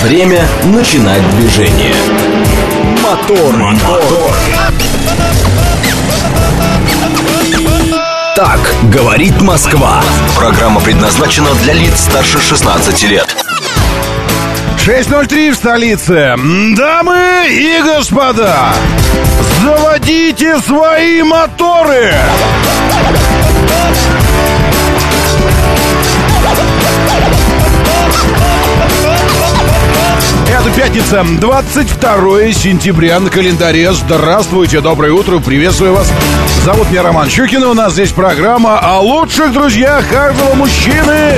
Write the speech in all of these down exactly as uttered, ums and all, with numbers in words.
Время начинать движение. Мотор, мотор. Так говорит Москва. Программа предназначена для лиц старше шестнадцати лет. шесть ноль три в столице. Дамы и господа, заводите свои моторы. Это пятница, двадцать второе сентября на календаре. Здравствуйте, доброе утро, приветствую вас. Зовут меня Роман Щукин, и у нас здесь программа о лучших друзьях каждого мужчины.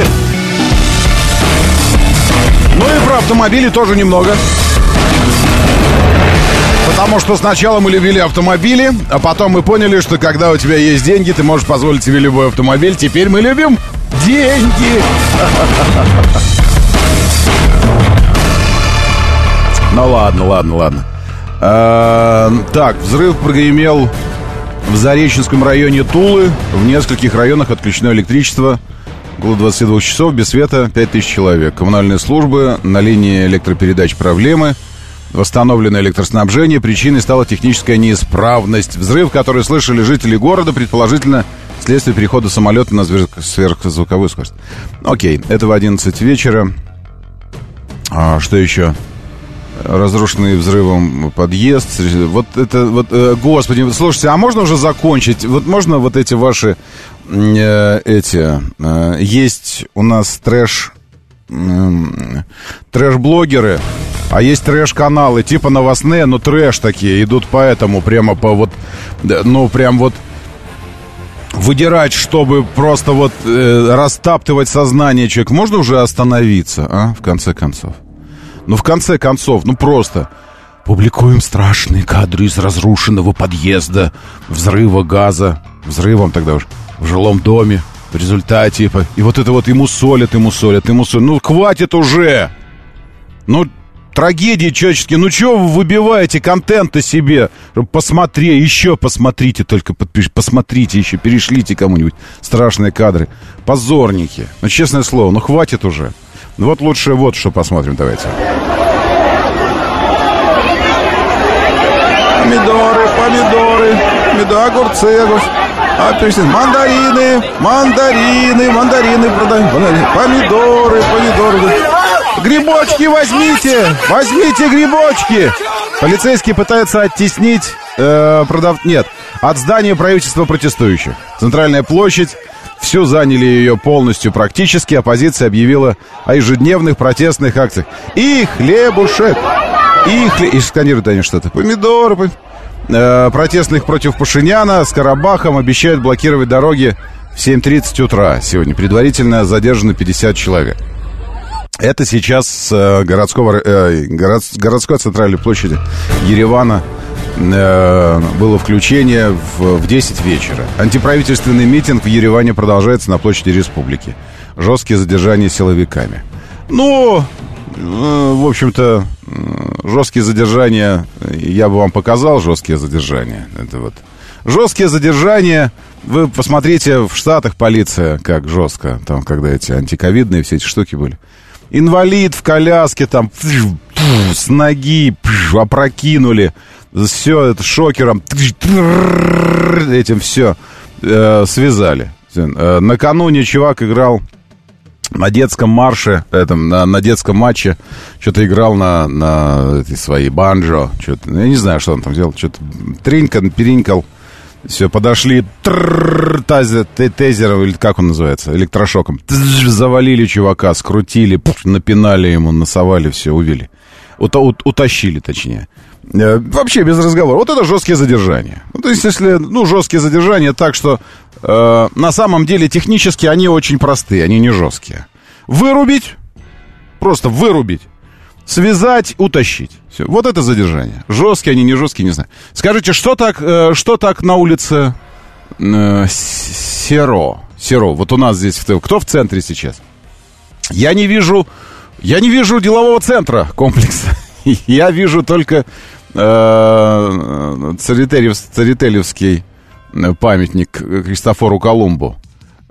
Ну и про автомобили тоже немного. Потому что сначала мы любили автомобили, а потом мы поняли, что когда у тебя есть деньги, ты можешь позволить себе любой автомобиль. Теперь мы любим деньги. Ну ладно, ладно, ладно. А, так, взрыв прогремел в Зареченском районе Тулы. В нескольких районах отключено электричество. Около двадцати двух часов без света, пять тысяч человек. Коммунальные службы, на линии электропередач проблемы. Восстановлено электроснабжение. Причиной стала техническая неисправность. Взрыв, который слышали жители города, предположительно вследствие перехода самолета на сверхзвуковую скорость. Окей, это в одиннадцать вечера. А, что еще? Разрушенный взрывом подъезд. Вот это вот, э, господи, слушайте, а можно уже закончить? Вот можно вот эти ваши э, эти э, есть у нас трэш э, трэш-блогеры, а есть трэш-каналы типа новостные, но трэш такие идут, поэтому прямо по вот, ну прям вот выдирать, чтобы просто вот э, растаптывать сознание человека. Можно уже остановиться, а в конце концов? Ну, в конце концов, ну просто публикуем страшные кадры из разрушенного подъезда, взрыва газа, взрывом тогда уж в жилом доме, в результате, и вот это вот ему солят, ему солят, ему солят. Ну, хватит уже! Ну, трагедии человеческие, ну чего вы выбиваете контента себе? Посмотри, еще посмотрите, только подпиш... посмотрите еще, перешлите кому-нибудь страшные кадры. Позорники. Ну, честное слово, ну хватит уже. Вот лучше вот что посмотрим, давайте. Помидоры, помидоры, помидоры, огурцы, огурцы, апельсины, мандарины, мандарины, мандарины продаем, помидоры, помидоры. Грибочки возьмите, возьмите грибочки. Полицейские пытаются оттеснить э, продав... Нет, от здания правительства протестующих. Центральная площадь. Всю заняли ее полностью практически. Оппозиция объявила о ежедневных протестных акциях. И хлебушек. И хлеб... И сканируют они что-то. Помидоры. Пом... Э, протестных против Пашиняна с Карабахом обещают блокировать дороги в семь тридцать утра сегодня. Предварительно задержано пятьдесят человек. Это сейчас с э, городского, э, город, городской центральной площади Еревана э, было включение в, в десять вечера. Антиправительственный митинг в Ереване продолжается на площади Республики. Жесткие задержания силовиками. Ну, э, в общем-то, э, жесткие задержания, я бы вам показал жесткие задержания. Это вот жесткие задержания. Вы посмотрите, в Штатах полиция как жестко, там, когда эти антиковидные все эти штуки были. Инвалид в коляске там с ноги опрокинули. Все это шокером этим все э, связали. Э, накануне чувак играл на детском марше, этом, на, на детском матче. Что-то играл на, на этой своей банджо. Что-то, я не знаю, что он там делал. Что-то тринкал, перинкал. Все, подошли тазер, тезером, или как он называется, электрошоком. Завалили чувака, скрутили, напинали ему, насовали, все, увели. Ута- утащили, точнее. Э, вообще без разговора. Вот это жесткие задержания. Ну, то есть, если, ну, жесткие задержания так, что э, на самом деле технически они очень простые, они не жесткие. Вырубить, просто вырубить. Связать, утащить. Все. Вот это задержание. Жесткие они, не жесткие, не знаю. Скажите, что так, э, что так на улице э, Серо? Серо. Вот у нас здесь кто в центре сейчас? Я не вижу, я не вижу делового центра комплекса. Я вижу только э, Церетелев, Церетелевский памятник Христофору Колумбу.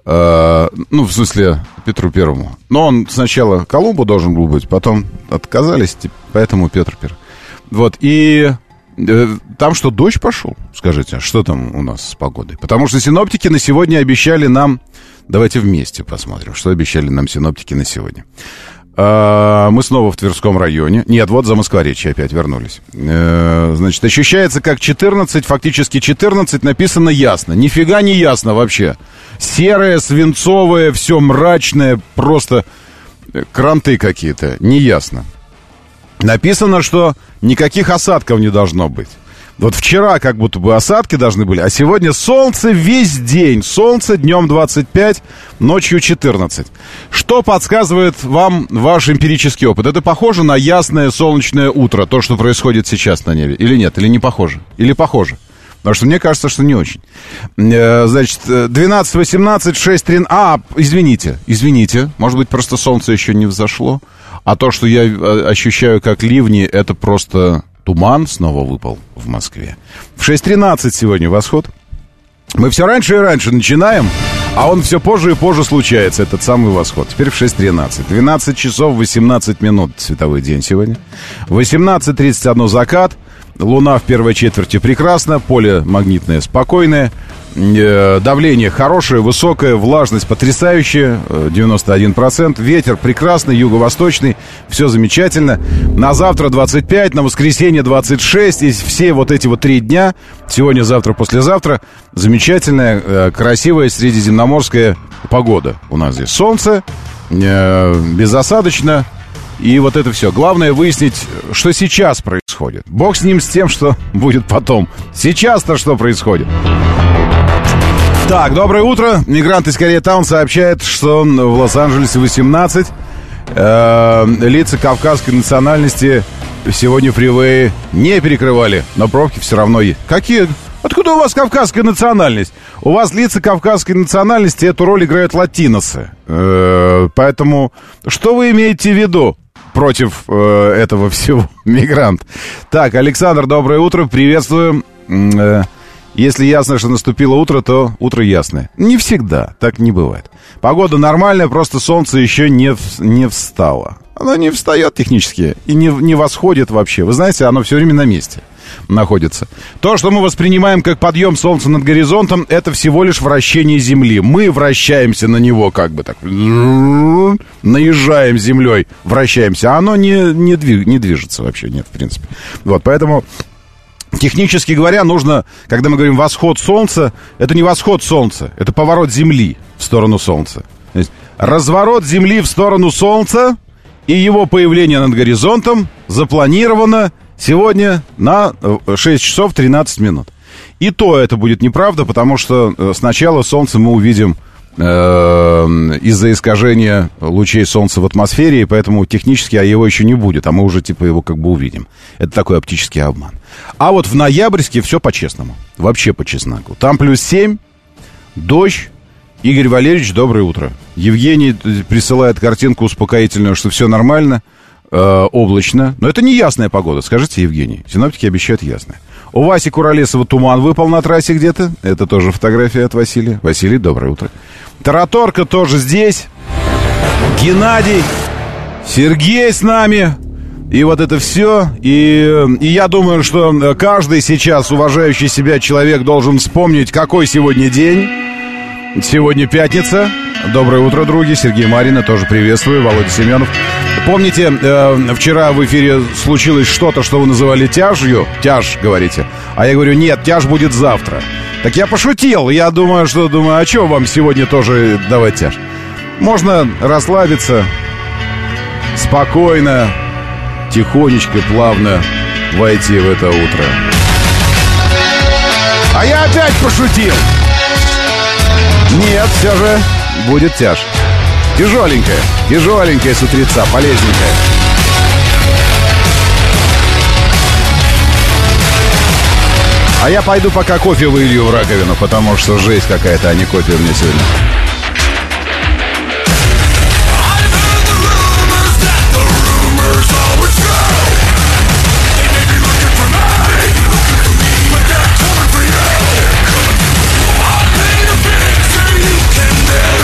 Э, ну, в смысле, Петру Первому. Но он сначала Колумбу должен был быть, потом отказались, поэтому Петр Первый. Вот, и э, там что, дождь пошел? Скажите, что там у нас с погодой? Потому что синоптики на сегодня обещали нам... Давайте вместе посмотрим, что обещали нам синоптики на сегодня. Э, мы снова в Тверском районе. Нет, вот Замоскворечье опять вернулись. Э, значит, ощущается как четырнадцать, фактически четырнадцать, написано ясно. Нифига не ясно вообще. Серое, свинцовое, все мрачное, просто кранты какие-то, неясно. Написано, что никаких осадков не должно быть. Вот вчера как будто бы осадки должны были, а сегодня солнце весь день. Солнце днем двадцать пять, ночью четырнадцать. Что подсказывает вам ваш эмпирический опыт? Это похоже на ясное солнечное утро, то, что происходит сейчас на небе? Или нет? Или не похоже? Или похоже? Потому что мне кажется, что не очень. Значит, двенадцать восемнадцать шесть тринадцать... А, извините, извините. Может быть, просто солнце еще не взошло. А то, что я ощущаю как ливни, это просто туман снова выпал в Москве. В шесть тринадцать сегодня восход. Мы все раньше и раньше начинаем, а он все позже и позже случается, этот самый восход. Теперь в шесть тринадцать. двенадцать часов восемнадцать минут световой день сегодня. восемнадцать тридцать один закат. Луна в первой четверти прекрасна, поле магнитное спокойное, э, давление хорошее, высокое, влажность потрясающая, э, девяносто один процент, ветер прекрасный, юго-восточный, все замечательно. На завтра двадцать пять, на воскресенье двадцать шесть, и все вот эти вот три дня, сегодня, завтра, послезавтра, замечательная, э, красивая средиземноморская погода. У нас здесь солнце, э, безосадочно. И вот это все. Главное выяснить, что сейчас происходит. Бог с ним, с тем, что будет потом. Сейчас-то что происходит? Так, доброе утро. Мигрант из Кореятаун сообщает, что в Лос-Анджелесе восемнадцать. Э, лица кавказской национальности сегодня фривеи не перекрывали, но пробки все равно есть. Какие? Откуда у вас кавказская национальность? У вас лица кавказской национальности, эту роль играют латиносы. Э, поэтому что вы имеете в виду против э, этого всего, мигрант? Так, Александр, доброе утро, приветствую. Э, если ясно, что наступило утро, то утро ясное. Не всегда, так не бывает. Погода нормальная, просто солнце еще не, не встало. Оно не встает технически и не, не восходит вообще. Вы знаете, оно все время на месте находится. То, что мы воспринимаем как подъем солнца над горизонтом, это всего лишь вращение Земли. Мы вращаемся на него как бы так. Наезжаем землей, вращаемся. А оно не, не, двиг, не движется вообще, нет, в принципе. Вот, поэтому... Технически говоря, нужно, когда мы говорим восход солнца, это не восход солнца, это поворот Земли в сторону солнца. То есть разворот Земли в сторону солнца и его появление над горизонтом запланировано сегодня на шесть часов тринадцать минут. И то это будет неправда, потому что сначала солнце мы увидим э, из-за искажения лучей солнца в атмосфере, и поэтому технически его еще не будет, а мы уже типа его как бы увидим. Это такой оптический обман. А вот в ноябрьске все по-честному. Вообще по чесноку. Там плюс семь, дождь. Игорь Валерьевич, доброе утро. Евгений присылает картинку успокоительную, что все нормально, э, облачно. Но это не ясная погода, скажите, Евгений. Синоптики обещают ясное. У Васи Куролесова туман выпал на трассе где-то. Это тоже фотография от Василия. Василий, доброе утро. Тараторка тоже здесь. Геннадий. Сергей с нами. И вот это все. И, и я думаю, что каждый сейчас уважающий себя человек должен вспомнить, какой сегодня день. Сегодня пятница. Доброе утро, други. Сергей Марина, тоже приветствую. Володя Семенов. Помните, э, вчера в эфире случилось что-то, что вы называли тяжью? Тяж, говорите. А я говорю, нет, тяж будет завтра. Так я пошутил. Я думаю, что думаю, а что вам сегодня тоже давать тяж? Можно расслабиться, спокойно, тихонечко, плавно войти в это утро. А я опять пошутил. Нет, все же будет тяж. Тяжеленькая, тяжеленькая с утреца, полезненькая. А я пойду пока кофе вылью в раковину, потому что жесть какая-то, а не кофе у меня сегодня. Can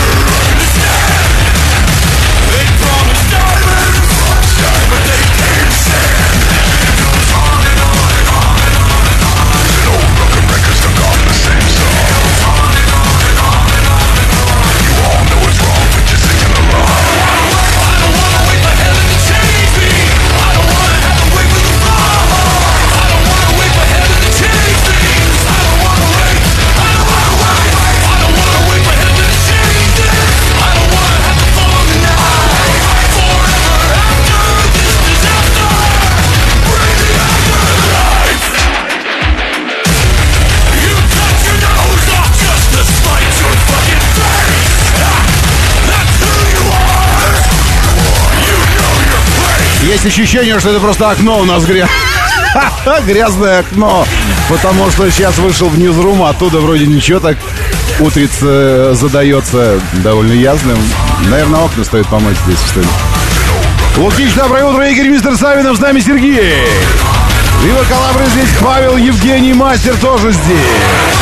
Есть ощущение, что это просто окно у нас грязное. Грязное окно. Потому что сейчас вышел в ньюзрум, оттуда вроде ничего так утрица задается довольно ясным. Наверное, окна стоит помыть здесь, что ли. Лукич, доброе утро. Игорь, мистер Савинов, с нами Сергей. Вива Калабры здесь, Павел, Евгений, мастер тоже здесь.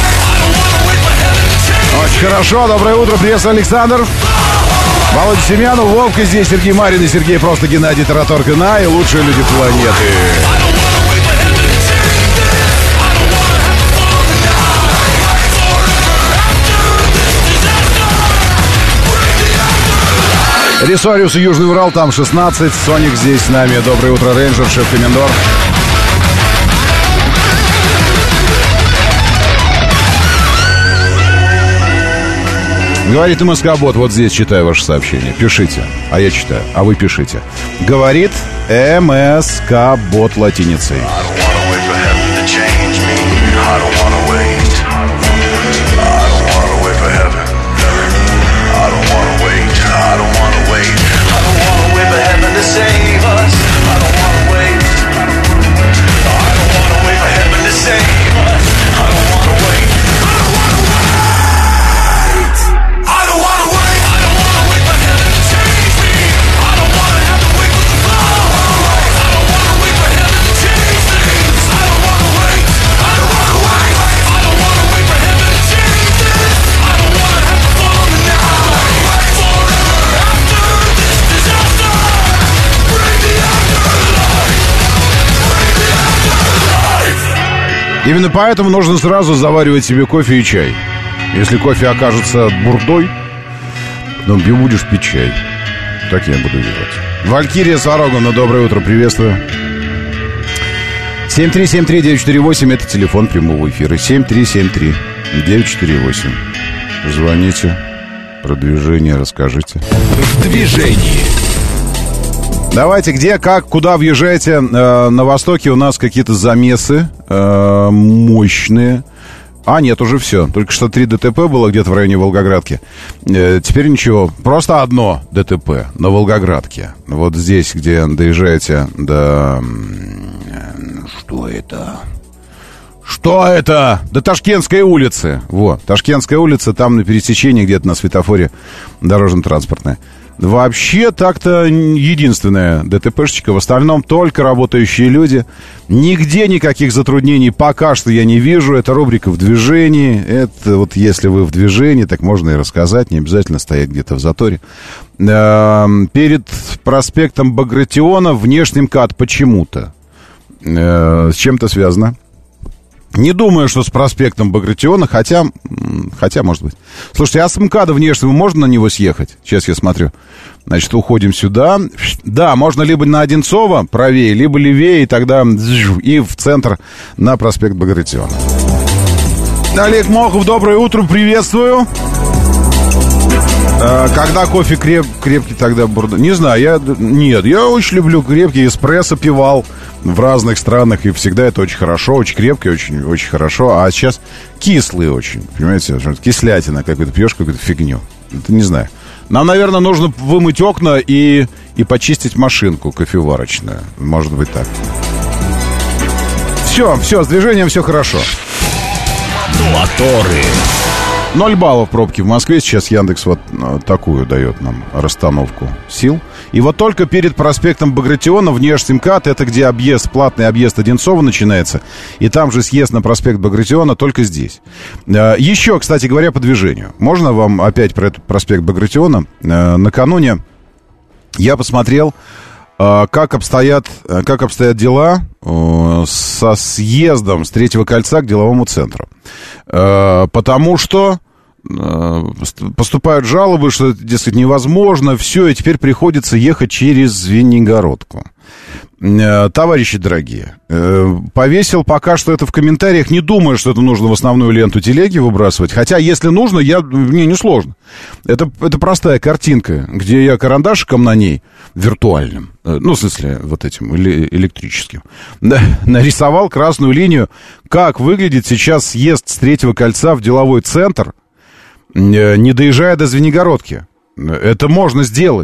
Очень хорошо, доброе утро, приветствую, Александр. Володя Семянов, Вовка здесь, Сергей Марин и Сергей просто Геннадий Тараторкина и лучшие люди планеты. Ресориус и Южный Урал, там шестнадцать. Соник здесь с нами. Доброе утро, Рейнджер, шеф-комендор. Говорит МСК-бот, вот здесь читаю ваше сообщение. Пишите, а я читаю, а вы пишите. Говорит МСК-бот латиницей. Именно поэтому нужно сразу заваривать себе кофе и чай. Если кофе окажется бурдой, то будешь пить чай. Так я буду делать. Валькирия Свароговна, доброе утро, приветствую. семь три семь три девять четыре восемь, это телефон прямого эфира. семь три семь три девять четыре восемь. Звоните, про движение расскажите. В движении. Давайте, где, как, куда въезжаете. э, На востоке у нас какие-то замесы э, мощные. А, нет, уже все. Только что три ДТП было где-то в районе Волгоградки. э, Теперь ничего. Просто одно ДТП на Волгоградке. Вот здесь, где доезжаете до... Что это? Что это? До Ташкентской улицы. Вот, Ташкентская улица, там на пересечении где-то на светофоре дорожно-транспортная. Вообще, так-то единственная ДТПшечка. В остальном только работающие люди. Нигде никаких затруднений пока что я не вижу. Это рубрика «В движении». Это вот если вы в движении, так можно и рассказать. Не обязательно стоять где-то в заторе. Перед проспектом Багратиона внешний МКАД почему-то. С чем-то связано. Не думаю, что с проспектом Багратиона, хотя, хотя, может быть. Слушайте, а с МКАДа внешнего можно на него съехать? Сейчас я смотрю. Значит, уходим сюда. Да, можно либо на Одинцово правее, либо левее, и тогда и в центр на проспект Багратиона. Олег Мохов, доброе утро, приветствую. Когда кофе креп, крепкий, тогда бурда. Не знаю, я... Нет, я очень люблю крепкий. Эспрессо пивал в разных странах, и всегда это очень хорошо, очень крепкий, очень, очень хорошо. А сейчас кислый очень, понимаете? Кислятина какую-то, пьешь какую-то фигню. Это не знаю. Нам, наверное, нужно вымыть окна и, и почистить машинку кофеварочную. Может быть так. Все, все, с движением все хорошо. Моторы. Ноль баллов пробки в Москве. Сейчас Яндекс вот такую дает нам расстановку сил. И вот только перед проспектом Багратиона внешний МКАД, это где объезд, платный объезд Одинцова начинается. И там же съезд на проспект Багратиона, только здесь. Еще, кстати говоря, по движению. Можно вам опять про этот проспект Багратиона? Накануне я посмотрел, как обстоят, как обстоят дела со съездом с Третьего кольца к деловому центру. Потому что поступают жалобы, что, дескать, невозможно, все, и теперь приходится ехать через Звенигородку. Товарищи дорогие, повесил пока что это в комментариях. Не думаю, что это нужно в основную ленту телеги выбрасывать. Хотя, если нужно, я... мне не сложно. Это, это простая картинка, где я карандашиком на ней, виртуальным, ну, в смысле, вот этим, электрическим, нарисовал красную линию, как выглядит сейчас съезд с Третьего кольца в деловой центр, не доезжая до Звенигородки. Это можно сделать.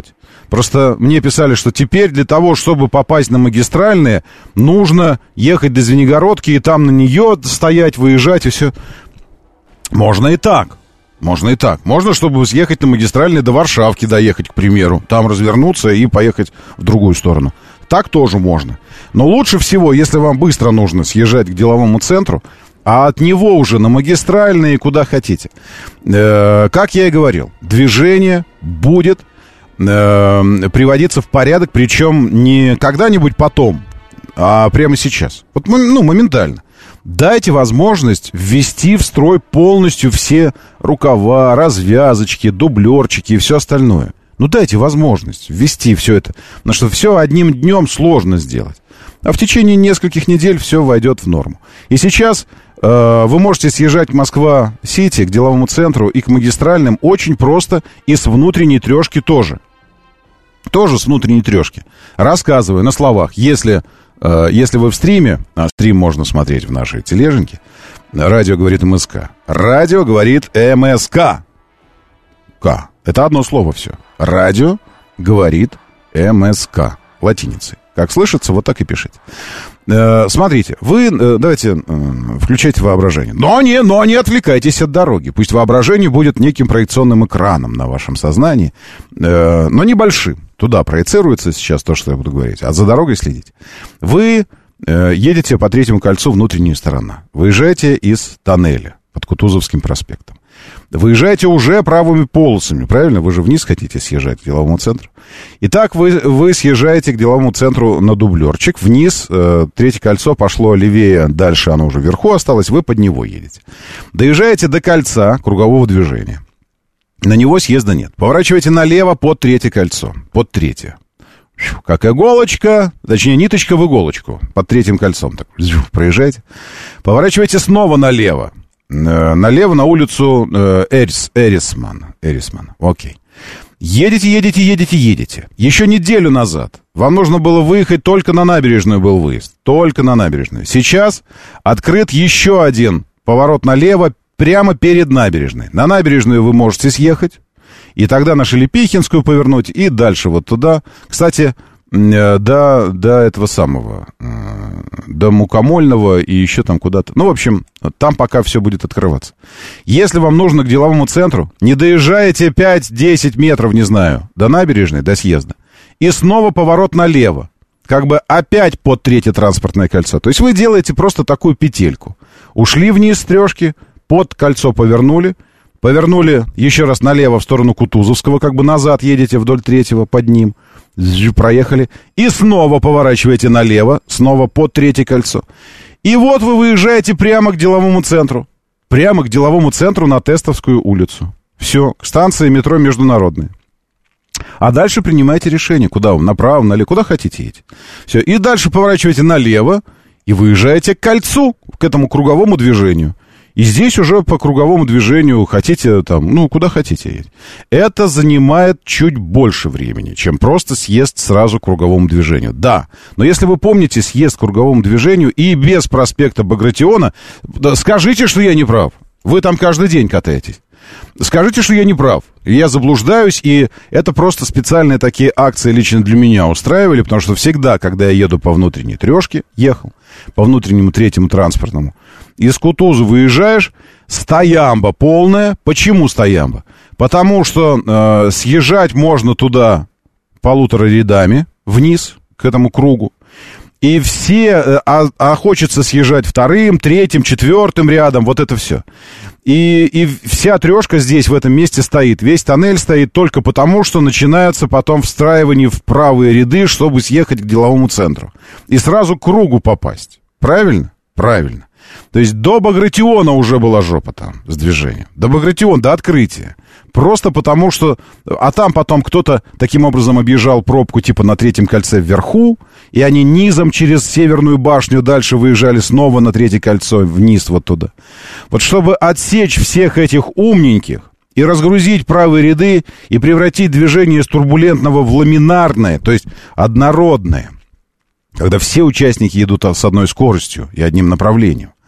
Просто мне писали, что теперь для того, чтобы попасть на магистральные, нужно ехать до Звенигородки и там на нее стоять, выезжать и все. Можно и так. Можно и так. Можно, чтобы съехать на магистральные до Варшавки доехать, к примеру. Там развернуться и поехать в другую сторону. Так тоже можно. Но лучше всего, если вам быстро нужно съезжать к деловому центру, а от него уже на магистральные, куда хотите. Э, как я и говорил, движение будет э, приводиться в порядок, причем не когда-нибудь потом, а прямо сейчас. Вот, ну, моментально. Дайте возможность ввести в строй полностью все рукава, развязочки, дублерчики и все остальное. Ну, дайте возможность ввести все это. Потому что все одним днем сложно сделать. А в течение нескольких недель все войдет в норму. И сейчас э, вы можете съезжать к Москва-Сити, к деловому центру и к магистральным очень просто и с внутренней трешки тоже. Тоже с внутренней трешки. Рассказываю на словах. Если, э, если вы в стриме, а стрим можно смотреть в нашей тележеньке, радио говорит МСК. Радио говорит МСК. К. Это одно слово все. Радио говорит МСК. Латиницей. Как слышится, вот так и пишите. Э, смотрите, вы, э, давайте, э, включайте воображение. Но не, но не отвлекайтесь от дороги. Пусть воображение будет неким проекционным экраном на вашем сознании, э, но небольшим. Туда проецируется сейчас то, что я буду говорить. А за дорогой следите. Вы э, едете по Третьему кольцу, внутренняя сторона. Выезжаете из тоннеля под Кутузовским проспектом. Выезжаете уже правыми полосами, правильно? Вы же вниз хотите съезжать к деловому центру. Итак, вы, вы съезжаете к деловому центру на дублерчик. Вниз, э, Третье кольцо пошло левее, дальше оно уже вверху осталось, вы под него едете. Доезжаете до кольца кругового движения. На него съезда нет. Поворачиваете налево под Третье кольцо. Под Третье. Как иголочка, точнее, ниточка в иголочку. Под Третьим кольцом. Так, проезжаете. Поворачиваете снова налево. Налево на улицу э, Эрис, Эрисман. Эрисман. Окей. Едете, едете, едете, едете. Еще неделю назад вам нужно было выехать, только на набережную был выезд. Только на набережную. Сейчас открыт еще один поворот налево прямо перед набережной. На набережную вы можете съехать. И тогда на Шелепихинскую повернуть. И дальше вот туда. Кстати, до, до этого самого, до Мукомольного и еще там куда-то. Ну, в общем, там пока все будет открываться. Если вам нужно к деловому центру, не доезжаете пять-десять метров, не знаю, до набережной, до съезда, и снова поворот налево, как бы опять под Третье транспортное кольцо. То есть вы делаете просто такую петельку. Ушли вниз с трешки, под кольцо повернули, повернули еще раз налево в сторону Кутузовского, как бы назад едете вдоль Третьего под ним, проехали, и снова поворачиваете налево, снова под Третье кольцо. И вот вы выезжаете прямо к деловому центру. Прямо к деловому центру на Тестовскую улицу. Все, к станции метро Международная. А дальше принимаете решение, куда вам, направо, налево, куда хотите едете. Все, и дальше поворачиваете налево и выезжаете к кольцу, к этому круговому движению. И здесь уже по круговому движению хотите там, ну, куда хотите едете. Это занимает чуть больше времени, чем просто съезд сразу к круговому движению. Да, но если вы помните съезд к круговому движению и без проспекта Багратиона, скажите, что я не прав. Вы там каждый день катаетесь. Скажите, что я не прав. Я заблуждаюсь, и это просто специальные такие акции лично для меня устраивали, потому что всегда, когда я еду по внутренней трешке, ехал, по внутреннему Третьему транспортному, из Кутуза выезжаешь, стоямба полная. Почему стоямба? Потому что э, съезжать можно туда полутора рядами вниз, к этому кругу. И все, э, а, а хочется съезжать вторым, третьим, четвертым рядом, вот это все. И, и вся трешка здесь, в этом месте стоит. Весь тоннель стоит только потому, что начинается потом встраивание в правые ряды, чтобы съехать к деловому центру. И сразу к кругу попасть. Правильно? Правильно. То есть до Багратиона уже была жопа там с движением. До Багратиона, до открытия. Просто потому что... А там потом кто-то таким образом объезжал пробку типа на Третьем кольце вверху, и они низом через Северную башню дальше выезжали снова на Третье кольцо вниз вот туда. Вот чтобы отсечь всех этих умненьких и разгрузить правые ряды и превратить движение из турбулентного в ламинарное, то есть однородное, когда все участники едут с одной скоростью и одним направлением.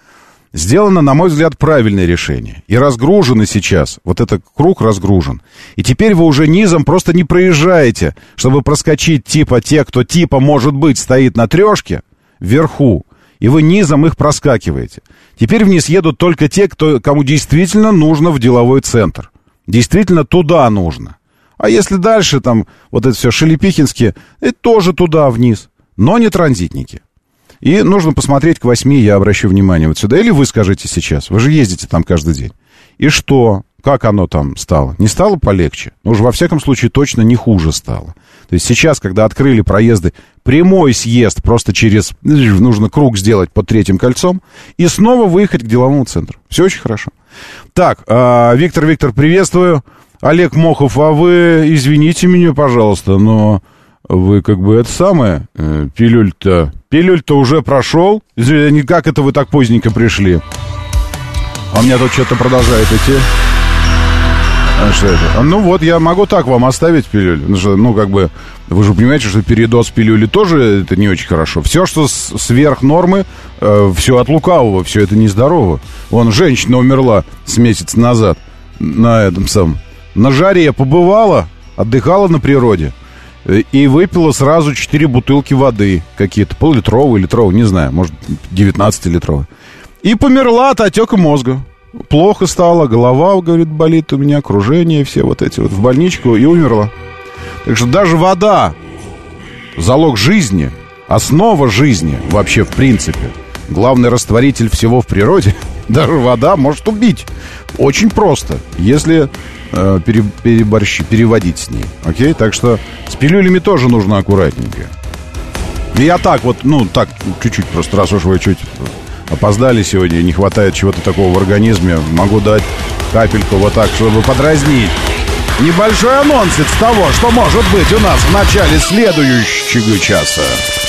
сделано, на мой взгляд, правильное решение. И разгружены сейчас, вот этот круг разгружен. И теперь вы уже низом просто не проезжаете, чтобы проскочить типа те, кто типа, может быть, стоит на трешке вверху, и вы низом их проскакиваете. Теперь вниз едут только те, кто, кому действительно нужно в деловой центр. Действительно туда нужно. А если дальше там вот это все Шелепихинские, это тоже туда вниз, но не транзитники. И нужно посмотреть к восьми, я обращу внимание вот сюда. Или вы скажите сейчас, вы же ездите там каждый день. И что? Как оно там стало? Не стало полегче? Ну, уже во всяком случае точно не хуже стало. То есть сейчас, когда открыли проезды, прямой съезд просто через... Нужно круг сделать под Третьим кольцом и снова выехать к деловому центру. Все очень хорошо. Так, э, Виктор, Виктор, приветствую. Олег Мохов, а вы, извините меня, пожалуйста, но... Вы как бы это самое, э, пилюль-то, пилюль-то уже прошел. Извините, как это вы так поздненько пришли? А у меня тут что-то продолжает идти. А что это? Ну вот, я могу так вам оставить пилюль. Ну, как бы, вы же понимаете, что передоз пилюли тоже это не очень хорошо. Все, что с- сверх нормы, э, все от лукавого, все это нездорово. Вон, женщина умерла с месяца назад на этом самом. На жаре побывала, отдыхала на природе. И выпила сразу четыре бутылки воды. Какие-то пол-литровые, литровые, не знаю, может, девятнадцатилитровые. И померла от отека мозга. Плохо стало, голова, говорит, болит у меня, окружение, все вот эти вот в больничку, и умерла. Так что даже вода, залог жизни, основа жизни вообще в принципе, главный растворитель всего в природе, даже вода может убить. Очень просто, если... Пере, переборщи, переводить с ней. Окей? Так что с пилюлями тоже нужно аккуратненько. И я так вот, ну, так, чуть-чуть просто, раз уж вы чуть опоздали сегодня, не хватает чего-то такого в организме, могу дать капельку вот так, чтобы подразнить. Небольшой анонсец того, что может быть у нас в начале следующего часа.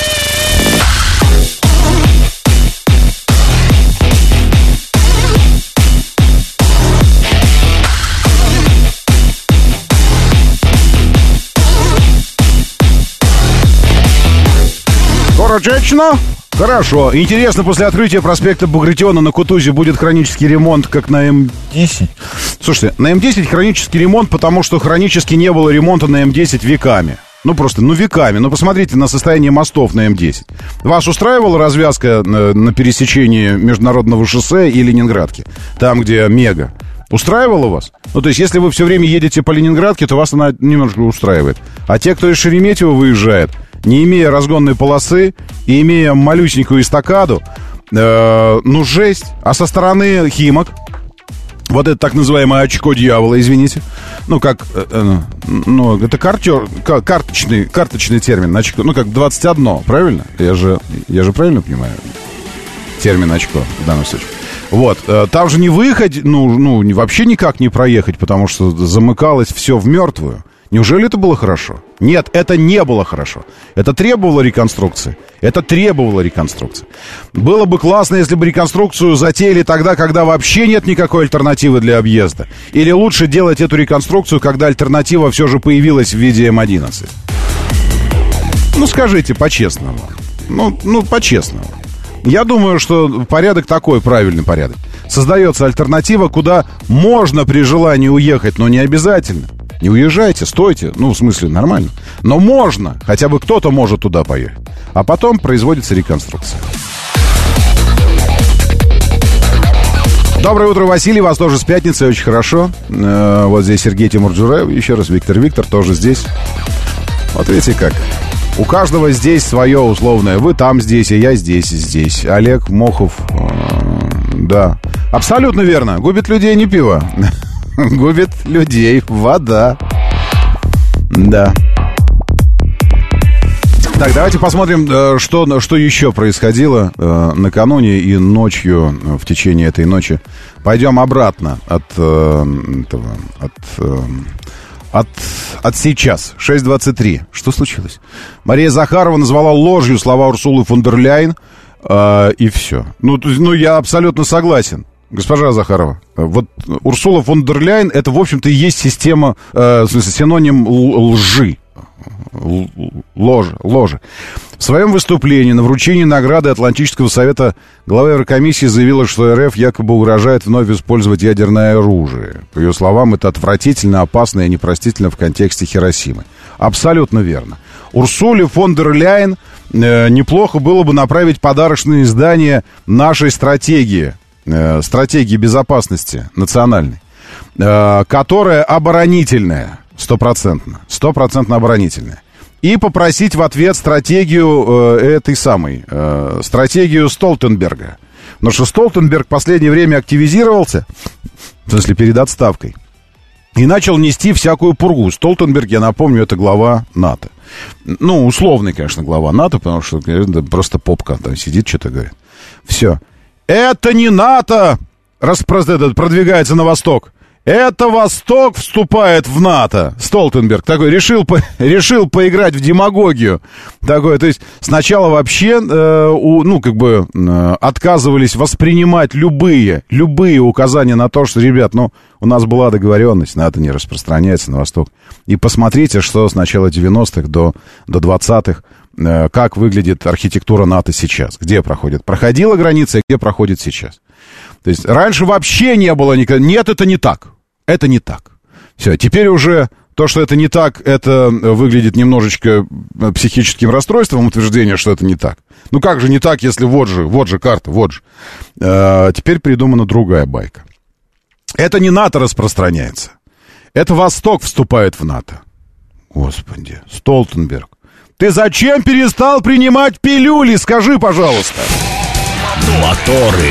Корочечно? Хорошо. Интересно, после открытия проспекта Багратиона на Кутузе будет хронический ремонт, как на эм десять? Слушайте, на эм десять хронический ремонт, потому что хронически не было ремонта на эм десять веками. Ну, просто, ну, веками. Ну, посмотрите на состояние мостов на эм десять. Вас устраивала развязка на, на пересечении Международного шоссе и Ленинградки? Там, где мега. Устраивала вас? Ну, то есть, если вы все время едете по Ленинградке, то вас она немножко устраивает. А те, кто из Шереметьево выезжает, не имея разгонной полосы и имея малюсенькую эстакаду, э, ну, жесть. А со стороны Химок, вот это так называемое очко дьявола, извините. Ну, как, э, э, ну, это картер, карточный, карточный термин, очко, ну, как двадцать одно, правильно? Я же, я же правильно понимаю термин очко в данном случае. Вот, там же не выехать, ну, ну, вообще никак не проехать, потому что замыкалось все в мертвую. Неужели это было хорошо? Нет, это не было хорошо. Это требовало реконструкции. Это требовало реконструкции. Было бы классно, если бы реконструкцию затеяли тогда, когда вообще нет никакой альтернативы для объезда. Или лучше делать эту реконструкцию, когда альтернатива все же появилась в виде эм одиннадцать. Ну, скажите, по-честному. Ну, ну, по-честному. Я думаю, что порядок такой, правильный порядок. Создается альтернатива, куда можно при желании уехать, но не обязательно. Не уезжайте, стойте, ну, в смысле, нормально. Но можно, хотя бы кто-то может туда поехать. А потом производится реконструкция. Доброе утро, Василий, вас тоже с пятницы, очень хорошо. э, Вот здесь Сергей Тимур-Джураев, еще раз Виктор Виктор, тоже здесь. Вот видите как. У каждого здесь свое условное. Вы там здесь, а я здесь, здесь. Олег Мохов, э, да. Абсолютно верно, губит людей не пиво. Губит людей вода. Да. Так, давайте посмотрим, что, что еще происходило э, накануне и ночью, в течение этой ночи. Пойдем обратно от э, этого, от, э, от, от сейчас. шесть двадцать три. Что случилось? Мария Захарова назвала ложью слова Урсулы фон дер Ляйен, э, и все. Ну, ну, я абсолютно согласен. Госпожа Захарова, вот Урсула фон дер Ляйен, это, в общем-то, и есть система, э, в смысле, синоним лжи. ложь, ложь. В своем выступлении на вручении награды Атлантического совета глава Еврокомиссии заявила, что РФ якобы угрожает вновь использовать ядерное оружие. По ее словам, это отвратительно, опасно и непростительно в контексте Хиросимы. Абсолютно верно. Урсуле фон дер Ляйен э, неплохо было бы направить подарочное издание нашей стратегии, э, стратегии безопасности национальной, э, которая оборонительная, стопроцентно, стопроцентно оборонительная. И попросить в ответ стратегию э, этой самой, э, стратегию Столтенберга. Потому что Столтенберг в последнее время активизировался, в смысле перед отставкой, и начал нести всякую пургу. Столтенберг, я напомню, это глава НАТО. Ну, условный, конечно, глава НАТО, потому что конечно, просто попка там сидит, что-то говорит. Все. Это не НАТО распро- продвигается на восток. Это Восток вступает в НАТО. Столтенберг такой решил, по, решил поиграть в демагогию. Такой, то есть сначала вообще, э, у, ну, как бы э, отказывались воспринимать любые, любые указания на то, что, ребят, ну, у нас была договоренность, НАТО не распространяется на Восток. И посмотрите, что с начала девяностых до, до двадцатых, э, как выглядит архитектура НАТО сейчас. Где проходит? Проходила граница, где проходит сейчас. То есть раньше вообще не было никогда. Нет, это не так. Это не так. Все, теперь уже то, что это не так, это выглядит немножечко психическим расстройством, утверждение, что это не так. Ну как же не так, если вот же, вот же карта, вот же. А, теперь придумана другая байка. Это не НАТО распространяется. Это Восток вступает в НАТО. Господи, Столтенберг. Ты зачем перестал принимать пилюли? Скажи, пожалуйста. Моторы.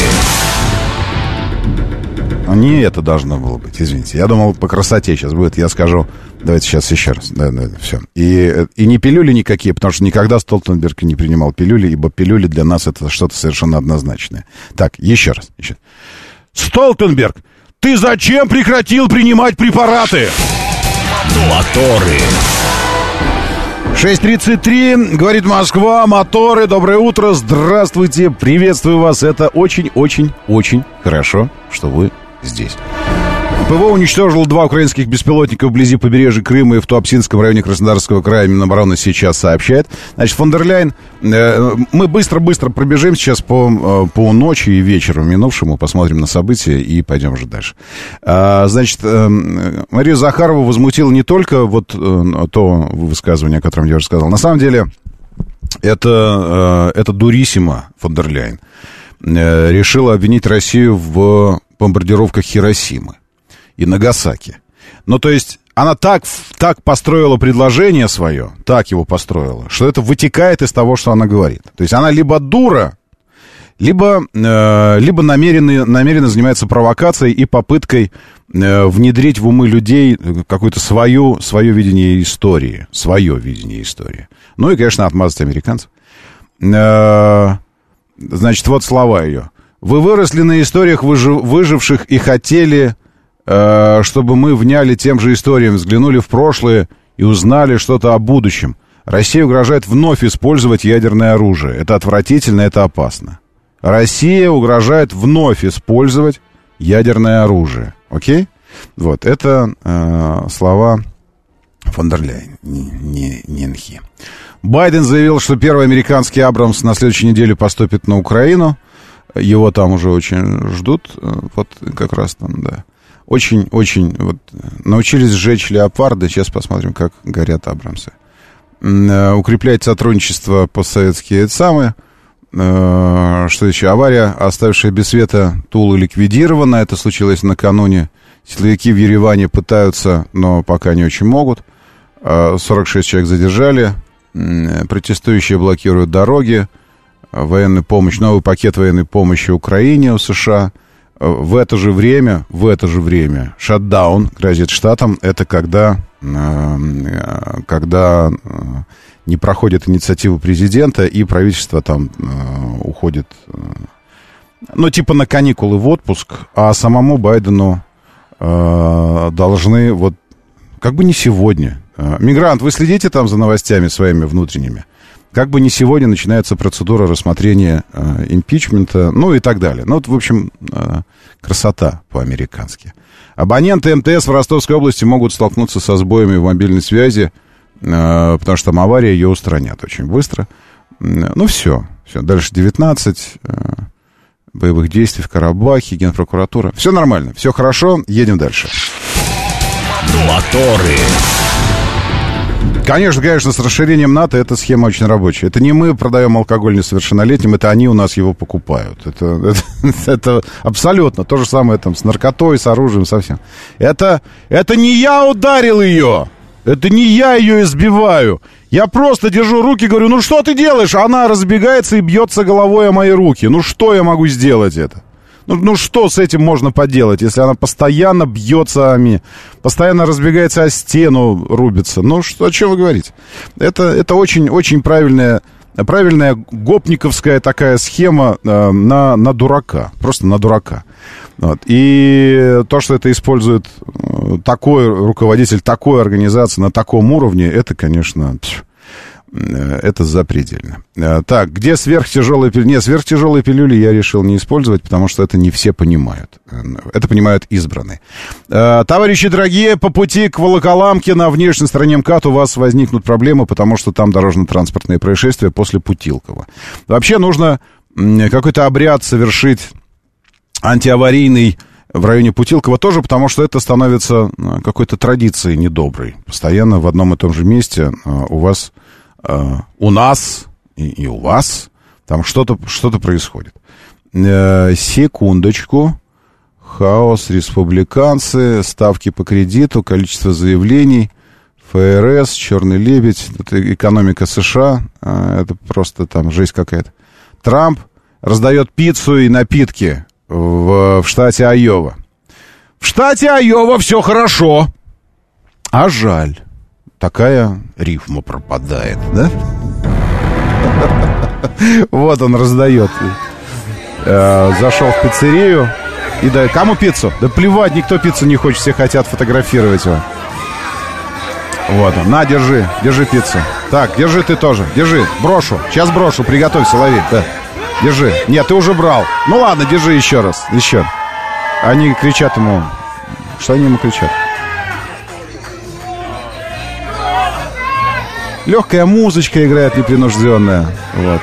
Не это должно было быть, извините. Я думал, по красоте сейчас будет. Я скажу, давайте сейчас еще раз. Да, да, все. И, и не пилюли никакие, потому что никогда Столтенберг не принимал пилюли, ибо пилюли для нас это что-то совершенно однозначное. Так, еще раз. Еще. Столтенберг, ты зачем прекратил принимать препараты? Моторы. шесть тридцать три, говорит Москва, моторы, доброе утро, здравствуйте, приветствую вас. Это очень-очень-очень хорошо, что вы здесь. ПВО уничтожило два украинских беспилотника вблизи побережья Крыма и в Туапсинском районе Краснодарского края. Минобороны сейчас сообщает. Значит, фон дер Ляйен, э, мы быстро-быстро пробежим сейчас по, по ночи и вечеру минувшему, посмотрим на события и пойдем уже дальше. А, значит, э, Марию Захарову возмутило не только вот э, то высказывание, о котором я уже сказал. На самом деле, это, э, это дуриссимо фон дер Ляйен э, решила обвинить Россию в бомбардировках Хиросимы и Нагасаки. Ну, то есть, она так, так построила предложение свое, так его построила, что это вытекает из того, что она говорит. То есть, она либо дура, либо, э, либо намеренно, намеренно занимается провокацией и попыткой э, внедрить в умы людей какое-то свое, свое видение истории. Свое видение истории. Ну, и, конечно, отмазать американцев. Э, значит, вот слова ее. Вы выросли на историях выжив, выживших и хотели, э, чтобы мы вняли тем же историям, взглянули в прошлое и узнали что-то о будущем. Россия угрожает вновь использовать ядерное оружие. Это отвратительно, это опасно. Россия угрожает вновь использовать ядерное оружие. Окей? Вот, это э, слова фон дер Ляйен, не, не, не НХИ. Байден заявил, что первый американский «Абрамс» на следующей неделе поступит на Украину. Его там уже очень ждут, вот как раз там, да. Очень-очень, вот, научились сжечь леопарды, сейчас посмотрим, как горят «Абрамсы». Укреплять сотрудничество постсоветские это самое. Что еще? Авария, оставившая без света Тулу, ликвидирована. Это случилось накануне. Силовики в Ереване пытаются, но пока не очень могут. сорок шесть человек задержали. Протестующие блокируют дороги. Военная помощь, новый пакет военной помощи Украине у США. В это же время, в это же время шатдаун грозит штатам. Это когда, когда не проходит инициатива президента, и правительство там уходит, ну, типа на каникулы в отпуск, а самому Байдену должны, вот, как бы не сегодня. Мигрант, вы следите там за новостями своими внутренними? Как бы не сегодня начинается процедура рассмотрения э, импичмента, ну и так далее. Ну, вот, в общем, э, красота по-американски. Абоненты МТС в Ростовской области могут столкнуться со сбоями в мобильной связи потому что там авария, ее устранят очень быстро. Ну, все. Все. Дальше девятнадцать боевых действий в Карабахе, Генпрокуратура. Все нормально, все хорошо, едем дальше. Моторы. Конечно, конечно, с расширением НАТО эта схема очень рабочая. Это не мы продаем алкоголь несовершеннолетним, это они у нас его покупают. Это, это, это абсолютно то же самое там с наркотой, с оружием, со всем. Это, это не я ударил ее, это не я ее избиваю. Я просто держу руки, говорю, ну что ты делаешь? Она разбегается и бьется головой о мои руки. Ну что я могу сделать это? Ну, ну что с этим можно поделать, если она постоянно бьется о меня, постоянно разбегается о стену, рубится? Ну, что, о чем вы говорите? Это, это очень-очень правильная, правильная гопниковская такая схема э, на, на дурака, просто на дурака. Вот. И то, что это использует такой руководитель такой организации на таком уровне, это, конечно... Это запредельно. Так, где сверхтяжелые пилюли? Нет, сверхтяжелые пилюли я решил не использовать, потому что это не все понимают. Это понимают избранные. Товарищи дорогие, по пути к Волоколамке на внешней стороне МКАД у вас возникнут проблемы, потому что там дорожно-транспортные происшествия после Путилково. Вообще нужно какой-то обряд совершить антиаварийный в районе Путилково тоже, потому что это становится какой-то традицией недоброй. Постоянно в одном и том же месте у вас... у нас и, и у вас там что-то, что-то происходит. Э, секундочку. Хаос, республиканцы, ставки по кредиту, количество заявлений, ФРС, черный лебедь, это экономика США, э, это просто там жесть какая-то. Трамп раздает пиццу и напитки в, в штате Айова. В штате Айова все хорошо, а жаль. Такая рифма пропадает, да? Вот он раздает. Зашел в пиццерию и да, кому пиццу? Да плевать, никто пиццу не хочет, все хотят фотографировать его. Вот он, на, держи, держи пиццу. Так, держи ты тоже, держи, брошу, сейчас брошу, приготовься, лови, да. Держи, нет, ты уже брал. Ну ладно, держи еще раз, еще. Они кричат ему, что они ему кричат? Легкая музычка играет непринужденная. Вот.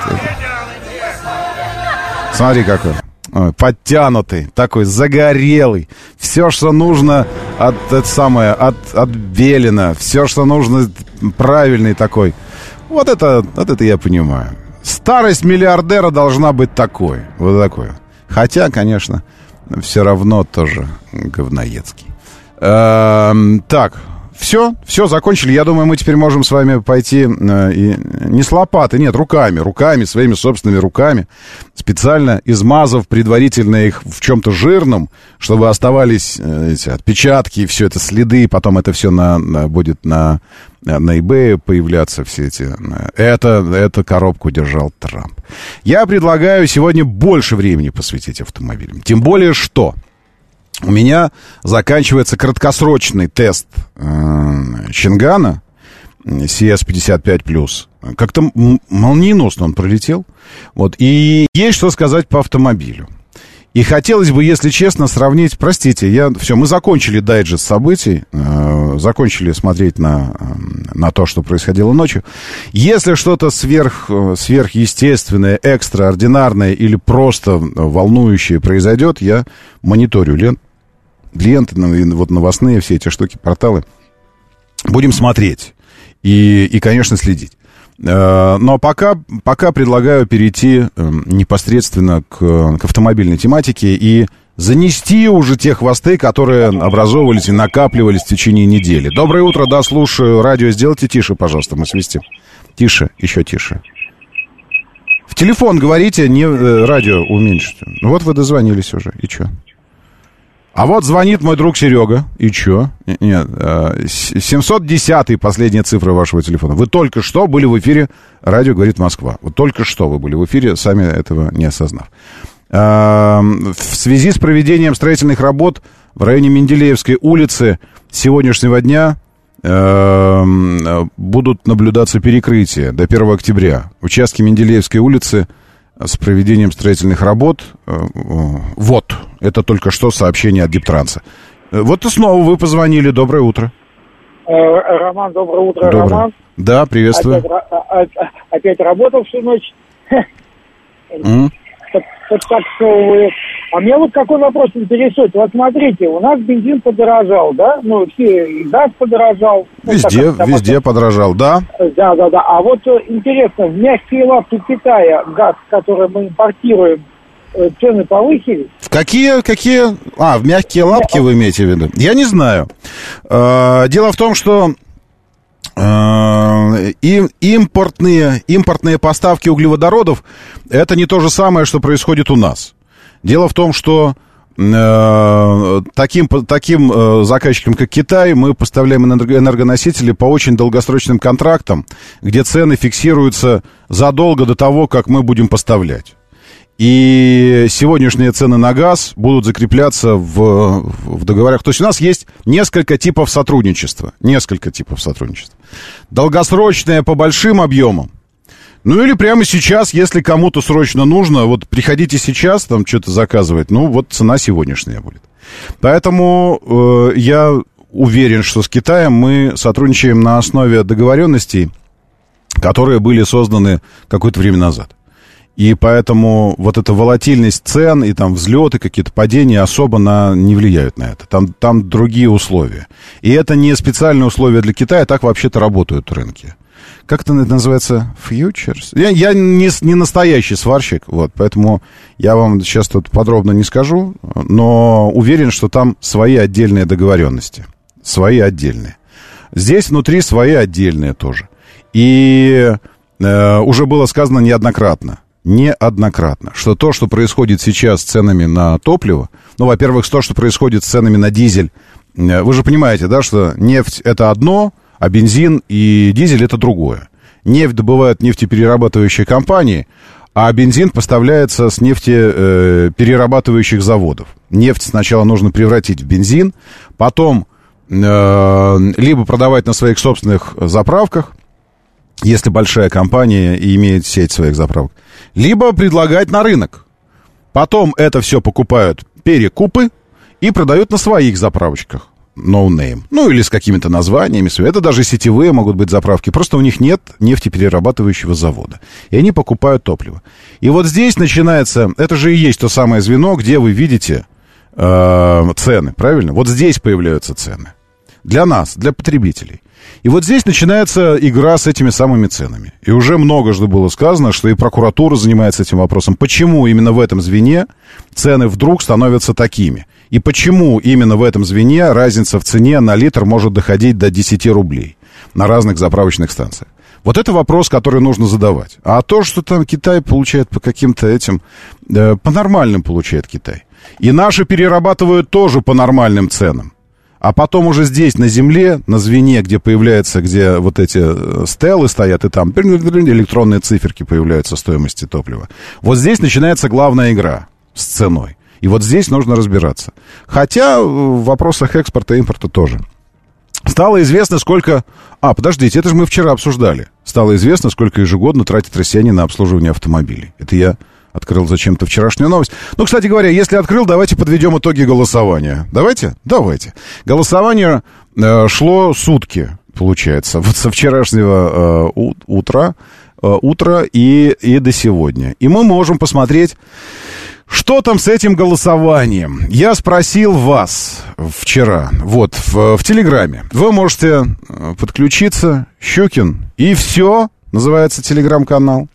Смотри какой. Ой, подтянутый, такой загорелый. Все, что нужно от, это самое, от, от Белина. Все, что нужно, правильный такой. Вот это, вот это я понимаю. Старость миллиардера должна быть такой. Вот такой. Хотя, конечно, все равно тоже говноедский. Эм, так. Все, все, закончили. Я думаю, мы теперь можем с вами пойти э, и не с лопатой, нет, руками, руками, своими собственными руками, специально измазав предварительно их в чем-то жирном, чтобы оставались э, эти отпечатки и все это следы, потом это все на, на, будет на, на eBay появляться, все эти... Это, эту коробку держал Трамп. Я предлагаю сегодня больше времени посвятить автомобилям. Тем более, что... У меня заканчивается краткосрочный тест э, Чингана си эс пятьдесят пять плюс. Как-то молниеносно он пролетел. Вот. И есть что сказать по автомобилю. И хотелось бы, если честно, сравнить... Простите, я, все, мы закончили дайджест событий, э, закончили смотреть на, э, на то, что происходило ночью. Если что-то сверх, сверхъестественное, экстраординарное или просто волнующее произойдет, я мониторю лент, ленты, вот новостные все эти штуки, порталы. Будем смотреть и, и конечно, следить. Но пока, пока предлагаю перейти непосредственно к, к автомобильной тематике и занести уже те хвосты, которые образовывались и накапливались в течение недели. Доброе утро, да, слушаю. Радио сделайте тише, пожалуйста, мы свистим. Тише, еще тише. В телефон говорите, не радио уменьшите. Ну вот вы дозвонились уже, и что? А вот звонит мой друг Серега. И чё? Нет, семьсот десятая последняя цифра вашего телефона. Вы только что были в эфире «Радио говорит Москва». Вот только что вы были в эфире, сами этого не осознав. В связи с проведением строительных работ в районе Менделеевской улицы с сегодняшнего дня будут наблюдаться перекрытия до первого октября. Участки Менделеевской улицы с проведением строительных работ. Вот, это только что сообщение от Диптранса. Вот и снова вы позвонили. Доброе утро. Роман, доброе утро, доброе. Роман. Да, приветствую. Опять, опять работал всю ночь. Mm. Подтаксовывает. А меня вот какой вопрос интересует. Вот смотрите, у нас бензин подорожал, да? Ну, все, и газ подорожал. Везде, ну, так, везде так, подорожал, да? Да, да, да. А вот интересно, в мягкие лапки Китая газ, который мы импортируем, цены повысились? В какие, какие? А, в мягкие лапки вы имеете в виду? Я не знаю. Дело в том, что и импортные, импортные поставки углеводородов — это не то же самое, что происходит у нас. Дело в том, что э, таким, таким э, заказчикам, как Китай, мы поставляем энергоносители по очень долгосрочным контрактам, где цены фиксируются задолго до того, как мы будем поставлять. И сегодняшние цены на газ будут закрепляться в, в договорах. То есть у нас есть несколько типов сотрудничества. Несколько типов сотрудничества. Долгосрочное по большим объемам. Ну или прямо сейчас, если кому-то срочно нужно, вот приходите сейчас, там что-то заказывать, ну вот цена сегодняшняя будет. Поэтому э, я уверен, что с Китаем мы сотрудничаем на основе договоренностей, которые были созданы какое-то время назад. И поэтому вот эта волатильность цен и там взлеты, какие-то падения особо на, не влияют на это. Там, там другие условия. И это не специальные условия для Китая, так вообще-то работают рынки. Как это называется? Фьючерс? Я, я не, не настоящий сварщик, вот, поэтому я вам сейчас тут подробно не скажу, но уверен, что там свои отдельные договоренности. Свои отдельные. Здесь внутри свои отдельные тоже. И э, уже было сказано неоднократно. Неоднократно, что то, что происходит сейчас с ценами на топливо, ну, во-первых, то, что происходит с ценами на дизель, вы же понимаете, да, что нефть — это одно, а бензин и дизель — это другое. Нефть добывают нефтеперерабатывающие компании, а бензин поставляется с нефтеперерабатывающих заводов. Нефть сначала нужно превратить в бензин, потом э, либо продавать на своих собственных заправках, если большая компания и имеет сеть своих заправок, либо предлагать на рынок. Потом это все покупают перекупы и продают на своих заправочках. No name. Ну, или с какими-то названиями. Это даже сетевые могут быть заправки. Просто у них нет нефтеперерабатывающего завода. И они покупают топливо. И вот здесь начинается... Это же и есть то самое звено, где вы видите э, цены, правильно? Вот здесь появляются цены. Для нас, для потребителей. И вот здесь начинается игра с этими самыми ценами. И уже многожды было сказано, что и прокуратура занимается этим вопросом. Почему именно в этом звене цены вдруг становятся такими? И почему именно в этом звене разница в цене на литр может доходить до десять рублей на разных заправочных станциях? Вот это вопрос, который нужно задавать. А то, что там Китай получает по каким-то этим... Э, по нормальным получает Китай. И наши перерабатывают тоже по нормальным ценам. А потом уже здесь, на земле, на звене, где появляется, где вот эти стелы стоят, и там электронные циферки появляются стоимости топлива. Вот здесь начинается главная игра с ценой. И вот здесь нужно разбираться. Хотя в вопросах экспорта и импорта тоже. Стало известно, сколько... А, подождите, это же мы вчера обсуждали. Стало известно, сколько ежегодно тратят россияне на обслуживание автомобилей. Это я... Открыл зачем-то вчерашнюю новость. Ну, кстати говоря, если открыл, давайте подведем итоги голосования. Давайте? Давайте. Голосование э, шло сутки, получается, вот со вчерашнего э, утра, э, утра и, и до сегодня. И мы можем посмотреть, что там с этим голосованием. Я спросил вас вчера, вот, в, в Телеграме. Вы можете подключиться, Щукин, и все, называется телеграм-канал.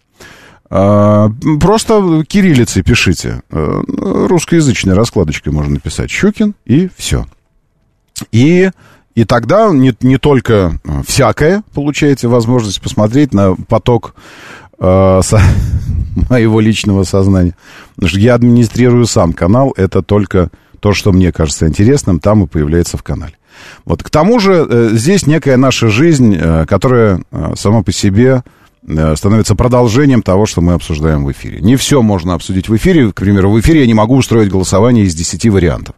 Просто кириллицей пишите. Русскоязычной раскладочкой можно написать Щукин, и все. И, и тогда не, не только всякое получаете возможность посмотреть на поток э, со, моего личного сознания. Потому что я администрирую сам канал. Это только то, что мне кажется интересным, там и появляется в канале. Вот. К тому же э, здесь некая наша жизнь, э, которая э, сама по себе... становится продолжением того, что мы обсуждаем в эфире. Не все можно обсудить в эфире. К примеру, в эфире я не могу устроить голосование из десяти вариантов.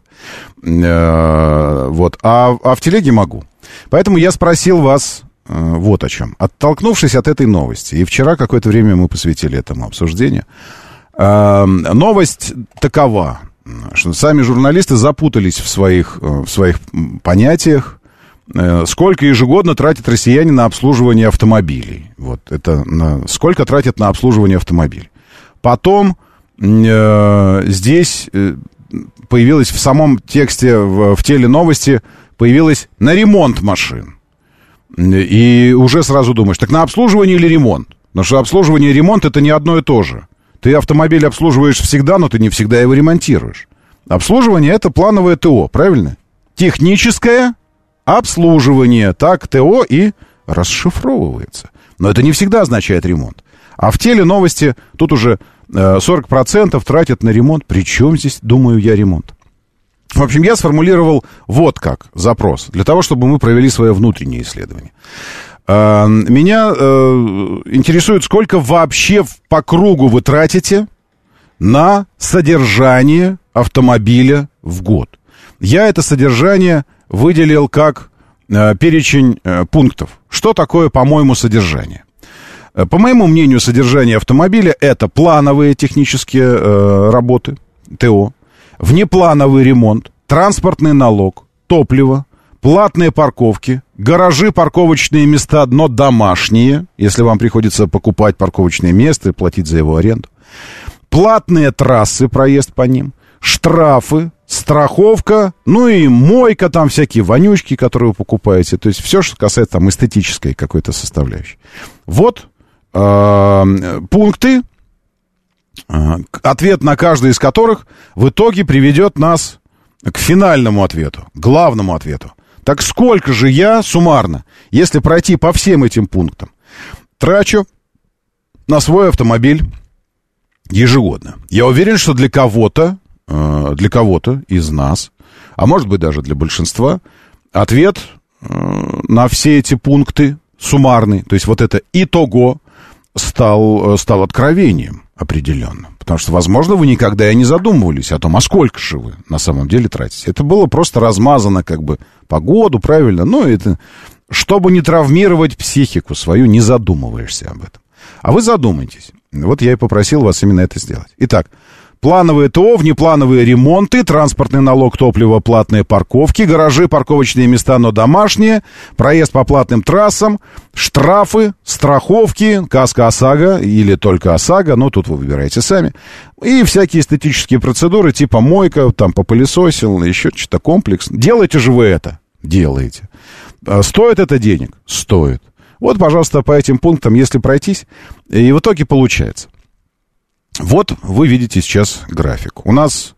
Вот. А, а в телеге могу. Поэтому я спросил вас вот о чем. Оттолкнувшись от этой новости, и вчера какое-то время мы посвятили этому обсуждению, новость такова, что сами журналисты запутались в своих, в своих понятиях, сколько ежегодно тратят россияне на обслуживание автомобилей. Вот это на, сколько тратят на обслуживание автомобилей. Потом э, здесь э, появилось в самом тексте, в, в теленовости, появилось на ремонт машин. И уже сразу думаешь, так на обслуживание или ремонт? Потому что обслуживание и ремонт — это не одно и то же. Ты автомобиль обслуживаешь всегда, но ты не всегда его ремонтируешь. Обслуживание — это плановое ТО, правильно? Техническое обслуживание. Так ТО и расшифровывается. Но это не всегда означает ремонт. А в теленовости тут уже сорок процентов тратят на ремонт. Причем здесь, думаю я, ремонт? В общем, я сформулировал вот как запрос, для того, чтобы мы провели свое внутреннее исследование. Меня интересует, сколько вообще по кругу вы тратите на содержание автомобиля в год. Я это содержание выделил как перечень пунктов. Что такое, по-моему, содержание? По моему мнению, содержание автомобиля — это плановые технические э, работы, ТО, внеплановый ремонт, транспортный налог, топливо, платные парковки, гаражи, парковочные места, но домашние, если вам приходится покупать парковочное место и платить за его аренду, платные трассы, проезд по ним, штрафы, страховка, ну и мойка, там всякие вонючки, которые вы покупаете. То есть все, что касается там эстетической какой-то составляющей. Вот э, пункты, э, ответ на каждый из которых в итоге приведет нас к финальному ответу, главному ответу. Так сколько же я суммарно, если пройти по всем этим пунктам, трачу на свой автомобиль ежегодно? Я уверен, что для кого-то, для кого-то из нас, а может быть даже для большинства, ответ на все эти пункты суммарный, то есть вот это итого, стал, стал откровением определенным. Потому что, возможно, вы никогда и не задумывались о том, а сколько же вы на самом деле тратите. Это было просто размазано как бы по году, правильно? Но это, чтобы не травмировать психику свою, не задумываешься об этом. А вы задумайтесь. Вот я и попросил вас именно это сделать. Итак, плановые ТО, внеплановые ремонты, транспортный налог, топливо, платные парковки, гаражи, парковочные места, но домашние, проезд по платным трассам, штрафы, страховки, каска ОСАГО или только ОСАГО, но тут вы выбираете сами, и всякие эстетические процедуры типа мойка, там попылесосил, еще что-то комплекс. Делаете же вы это? Делаете. Стоит это денег? Стоит. Вот, пожалуйста, по этим пунктам, если пройтись, и в итоге получается. Вот вы видите сейчас график. У нас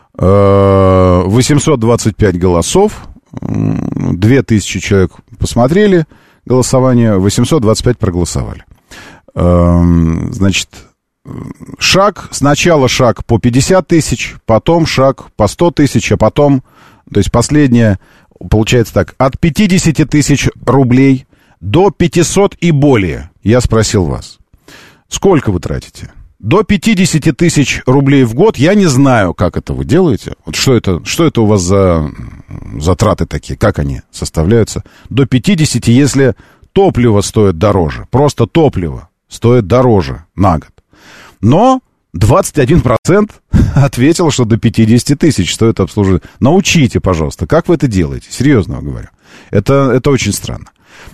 э, восемьсот двадцать пять голосов, две тысячи человек посмотрели голосование, восемьсот двадцать пять проголосовали. Э, значит, шаг, сначала шаг по пятьдесят тысяч, потом шаг по сто тысяч, а потом, то есть последнее, получается так, от пятьдесят тысяч рублей до пятисот и более. Я спросил вас, сколько вы тратите? До пятьдесят тысяч рублей в год. Я не знаю, как это вы делаете. Вот что это, что это у вас за затраты такие, как они составляются. До пятидесяти, если топливо стоит дороже. Просто топливо стоит дороже на год. Но двадцать один процент ответил, что до пятидесяти тысяч стоит обслуживать. Научите, пожалуйста, как вы это делаете. Серьезно говорю. Это, это очень странно.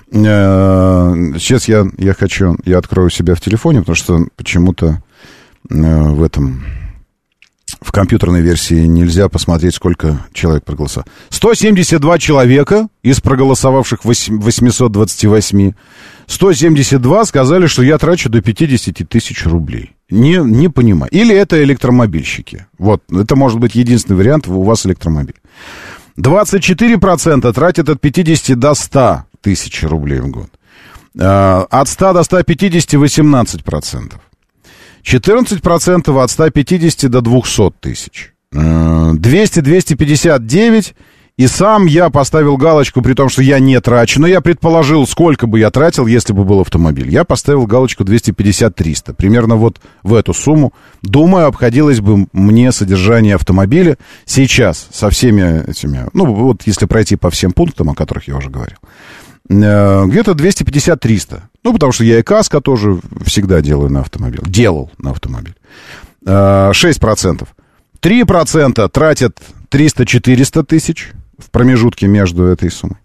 Сейчас я, я хочу, я открою себя в телефоне, потому что почему-то в этом, в компьютерной версии нельзя посмотреть, сколько человек проголосовало. сто семьдесят два человека из проголосовавших восемьсот двадцать восемь, сто семьдесят два сказали, что я трачу до пятидесяти тысяч рублей. Не, не понимаю. Или это электромобильщики. Вот, это может быть единственный вариант, у вас электромобиль. двадцать четыре процента тратят от пятидесяти до ста тысяч рублей в год. От ста до ста пятидесяти восемнадцать процентов. четырнадцать процентов от ста пятидесяти до двухсот тысяч. двести - двести пятьдесят девять. И сам я поставил галочку, при том, что я не трачу. Но я предположил, сколько бы я тратил, если бы был автомобиль. Я поставил галочку двести пятьдесят - триста. Примерно вот в эту сумму. Думаю, обходилось бы мне содержание автомобиля сейчас со всеми этими... Ну, вот если пройти по всем пунктам, о которых я уже говорил. Где-то двести пятьдесят - триста. Ну, потому что я и каска тоже всегда делаю на автомобиль. Делал на автомобиль. шесть процентов. три процента тратят триста - четыреста тысяч в промежутке между этой суммой.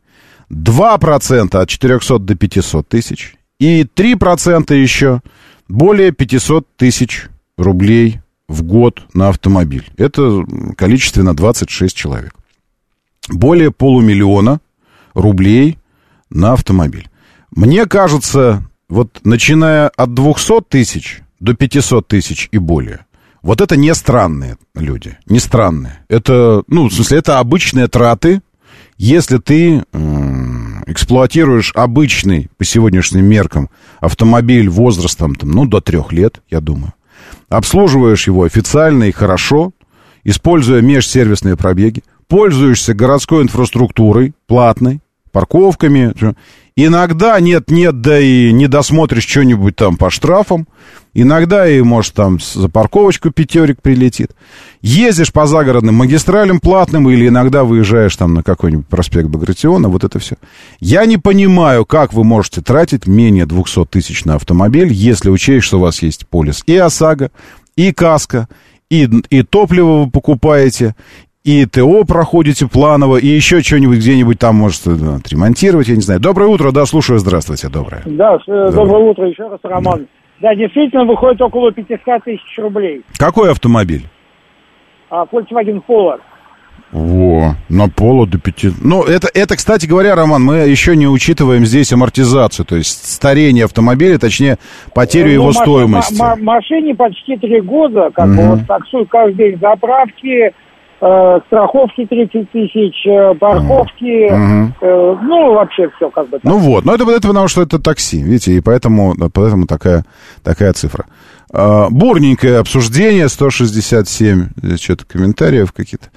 два процента от четырехсот до пятисот тысяч. И три процента еще более пятьсот тысяч рублей в год на автомобиль. Это количественно двадцать шесть человек. Более полумиллиона рублей на автомобиль. Мне кажется, вот начиная от двухсот тысяч до пятисот тысяч и более, вот это не странные люди, не странные. Это, ну, в смысле, это обычные траты, если ты м- эксплуатируешь обычный, по сегодняшним меркам, автомобиль возрастом, там, ну, до трех лет, я думаю. Обслуживаешь его официально и хорошо, используя межсервисные пробеги, пользуешься городской инфраструктурой, платной, парковками. Иногда нет-нет, да и не досмотришь что-нибудь там по штрафам. Иногда и, может, там за парковочку пятерик прилетит. Ездишь по загородным магистралям платным или иногда выезжаешь там на какой-нибудь проспект Багратиона. Вот это все. Я не понимаю, как вы можете тратить менее двухсот тысяч на автомобиль, если учесть, что у вас есть полис и ОСАГО, и КАСКО, и, и топливо вы покупаете, и ТО проходите планово, и еще что-нибудь где-нибудь там, может, отремонтировать, я не знаю. Доброе утро, да, слушаю, здравствуйте, доброе. Да, доброе, доброе утро еще раз, Роман. Да. да, действительно, выходит около пятьсот тысяч рублей. Какой автомобиль? А, Volkswagen Polo. Во, на Polo до пяти... Ну, это, это, кстати говоря, Роман, мы еще не учитываем здесь амортизацию, то есть старение автомобиля, точнее, потерю ну, его маш... стоимости. М- м- машине почти три года, как бы, вот таксую каждый день заправки... Э, страховки тридцать тысяч, э, парковки, uh-huh. э, ну, вообще все как бы так. Ну вот, но это, это потому, что это такси, видите, и поэтому, поэтому такая, такая цифра. Э, бурненькое обсуждение, сто шестьдесят семь, здесь что-то комментариев какие-то.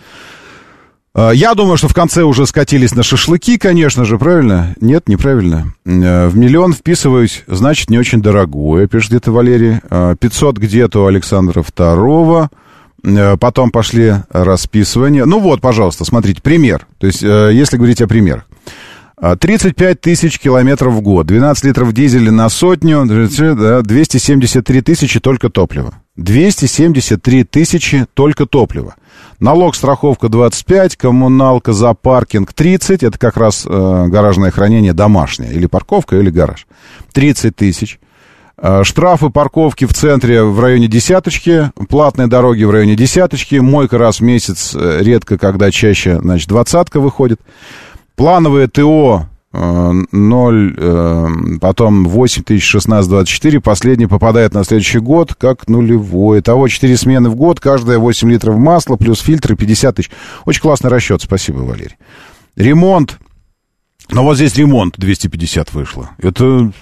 Э, я думаю, что в конце уже скатились на шашлыки, конечно же, правильно? Нет, неправильно. Э, в миллион вписываюсь, значит, не очень дорогое, пишет где-то Валерий. Э, пятьсот где-то у Александра Второго. Потом пошли расписывания. Ну вот, пожалуйста, смотрите, пример. То есть, если говорить о примерах. тридцать пять тысяч километров в год, двенадцать литров дизеля на сотню, двести семьдесят три тысячи только топлива. двести семьдесят три тысячи только топлива. Налог, страховка двадцать пять, коммуналка за паркинг тридцать, это как раз э, гаражное хранение домашнее, или парковка, или гараж. тридцать тысяч. Штрафы парковки в центре в районе десяточки, платные дороги в районе десяточки, мойка раз в месяц, редко, когда чаще, значит, двадцатка выходит. Плановые ТО ноль, потом восемь тысяч, шестнадцать, двадцать четыре, последний попадает на следующий год как нулевой. Итого четыре смены в год, каждая восемь литров масла, плюс фильтры пятьдесят тысяч. Очень классный расчет, спасибо, Валерий. Ремонт. Но вот здесь ремонт двести пятьдесят вышло. Это,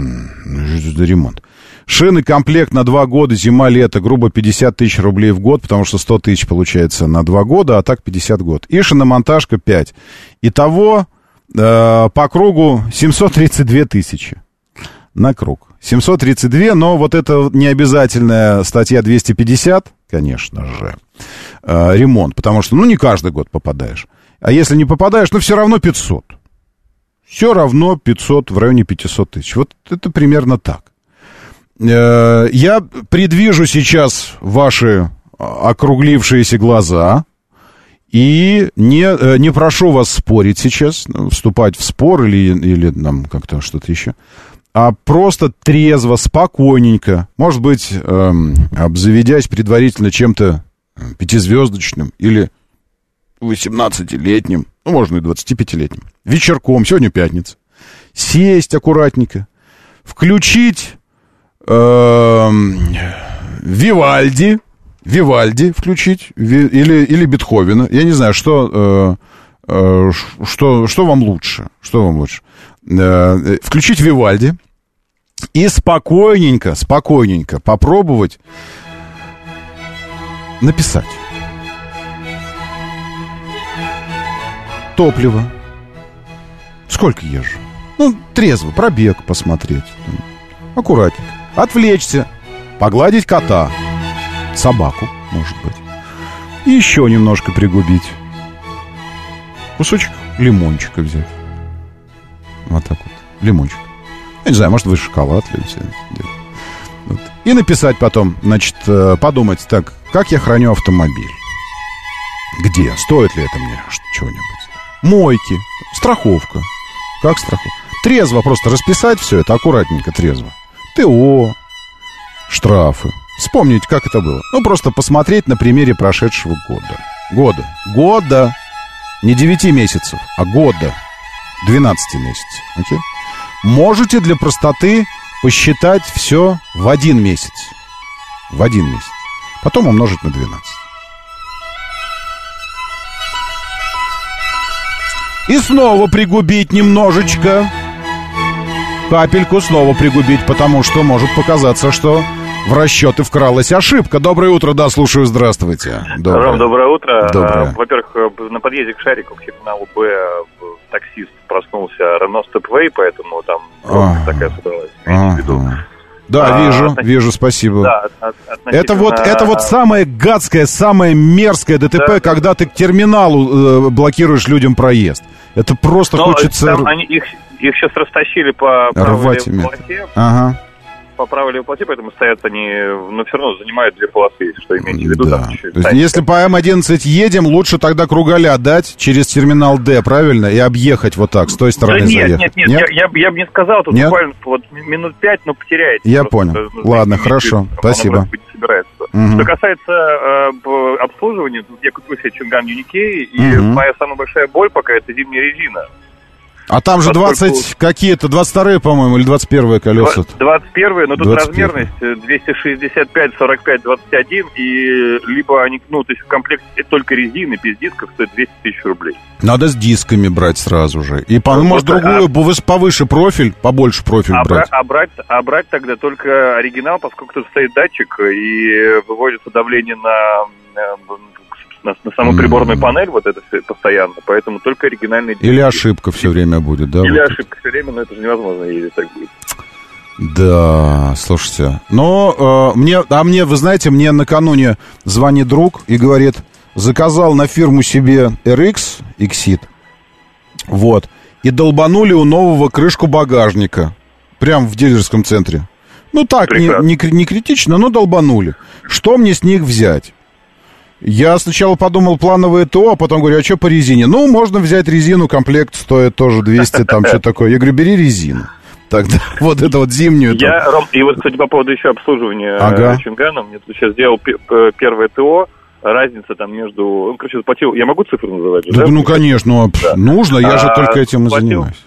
это ремонт. Шины, комплект на два года, зима-лето, грубо пятьдесят тысяч рублей в год, потому что сто тысяч получается на два года, а так пятьдесят год. И шиномонтажка пять. Итого э, по кругу семьсот тридцать две тысячи. На круг. семьсот тридцать два, но вот это не обязательная статья двести пятьдесят, конечно же, э, ремонт, потому что, ну, не каждый год попадаешь. А если не попадаешь, ну, все равно пятьсот. Все равно пятьсот, в районе пятьсот тысяч. Вот это примерно так. Я предвижу сейчас ваши округлившиеся глаза и не, не прошу вас спорить сейчас, вступать в спор или, или там как-то что-то еще, а просто трезво, спокойненько, может быть, эм, обзаведясь предварительно чем-то пятизвездочным или восемнадцатилетним, ну, можно и двадцатипятилетним, вечерком, сегодня пятница, сесть аккуратненько, включить э, Вивальди, Вивальди включить, ви, или, или Бетховена, я не знаю, что, э, э, что, что вам лучше, что вам лучше, э, включить Вивальди и спокойненько, спокойненько попробовать написать. Топливо. Сколько езжу? Ну, трезво, пробег посмотреть. Аккуратненько. Отвлечься. Погладить кота. Собаку, может быть. И еще немножко пригубить. Кусочек лимончика взять. Вот так вот. Лимончик. Я не знаю, может, вы шоколад любите. Вот. И написать потом, значит, подумать, так, как я храню автомобиль? Где? Стоит ли это мне чего-нибудь? Мойки, страховка. Как страховку? Трезво просто расписать все это, аккуратненько, трезво. ТО, штрафы. Вспомнить, как это было. Ну, просто посмотреть на примере прошедшего года. Года. Года. Не девяти месяцев, а года. двенадцати месяцев. Окей? Можете для простоты посчитать все в один месяц. В один месяц. Потом умножить на двенадцать. И снова пригубить немножечко. Капельку снова пригубить, потому что может показаться, что в расчеты вкралась ошибка. Доброе утро, да, слушаю, здравствуйте. Доброе, Ром, доброе утро. Доброе. Во-первых, на подъезде к Шарику, к терминалу Б, таксист проснулся Renault Stepway, поэтому там А. такая собралась. А. Да, А, вижу, относ... вижу, спасибо. Да, от, относительно... Это вот, это вот самое гадское, самое мерзкое ДТП, да, когда да. ты к терминалу э, блокируешь людям проезд. Это просто Но хочется... Там они, их, их сейчас растащили по правой левой полосе. Ага. По правой левой полосе, поэтому стоят они, но все равно занимают две полосы, что имеете в виду. Да. Там, То есть, если по Эм одиннадцать едем, лучше тогда кругаля дать через терминал Д, правильно? И объехать вот так, с той стороны да нет, заехать. Нет, нет, нет, я, я, я бы не сказал, тут нет? буквально вот минут пять, но потеряете. Я понял. Ладно, хорошо, спасибо. Угу. Что касается э, обслуживания, я купил себе Чинган Юникей, и угу. моя самая большая боль пока это зимняя резина. А там же двадцать какие-то, двадцать вторые, по-моему, или двадцать первые колеса? двадцать первые, но тут двадцать первые. размерность двести шестьдесят пять сорок пять двадцать один, и либо они, ну, то есть в комплекте только резины, без дисков стоит двести тысяч рублей. Надо с дисками брать сразу же. И, по, вот, может, другую, а... повыше профиль, побольше профиль а брать. А брать, а брать тогда только оригинал, поскольку тут стоит датчик, и выводится давление на... На, на саму приборную панель, вот это все постоянно, поэтому только оригинальный... Или ошибка все время будет, да? Или вот ошибка все время, но это же невозможно ездить так будет. Да, слушайте, но э, мне, а мне, вы знаете, мне накануне звонит друг и говорит, заказал на фирму себе эр икс, Exit, вот, и долбанули у нового крышку багажника, прям в дилерском центре. Ну так, не, не, не критично, но долбанули. Что мне с них взять? Я сначала подумал плановое ТО, а потом говорю, а что по резине? Ну, можно взять резину, комплект стоит тоже двести, там что такое. Я говорю, бери резину. Тогда вот это вот зимнюю. Я, там... Ром, и вот, кстати, по поводу еще обслуживания ага. Чингана, мне тут сейчас сделал п- первое ТО, разница там между... Ну, короче, заплатил... Я могу цифру называть? Да, да? Ну, конечно, да. Нужно, я же а, только этим и заплатил, занимаюсь.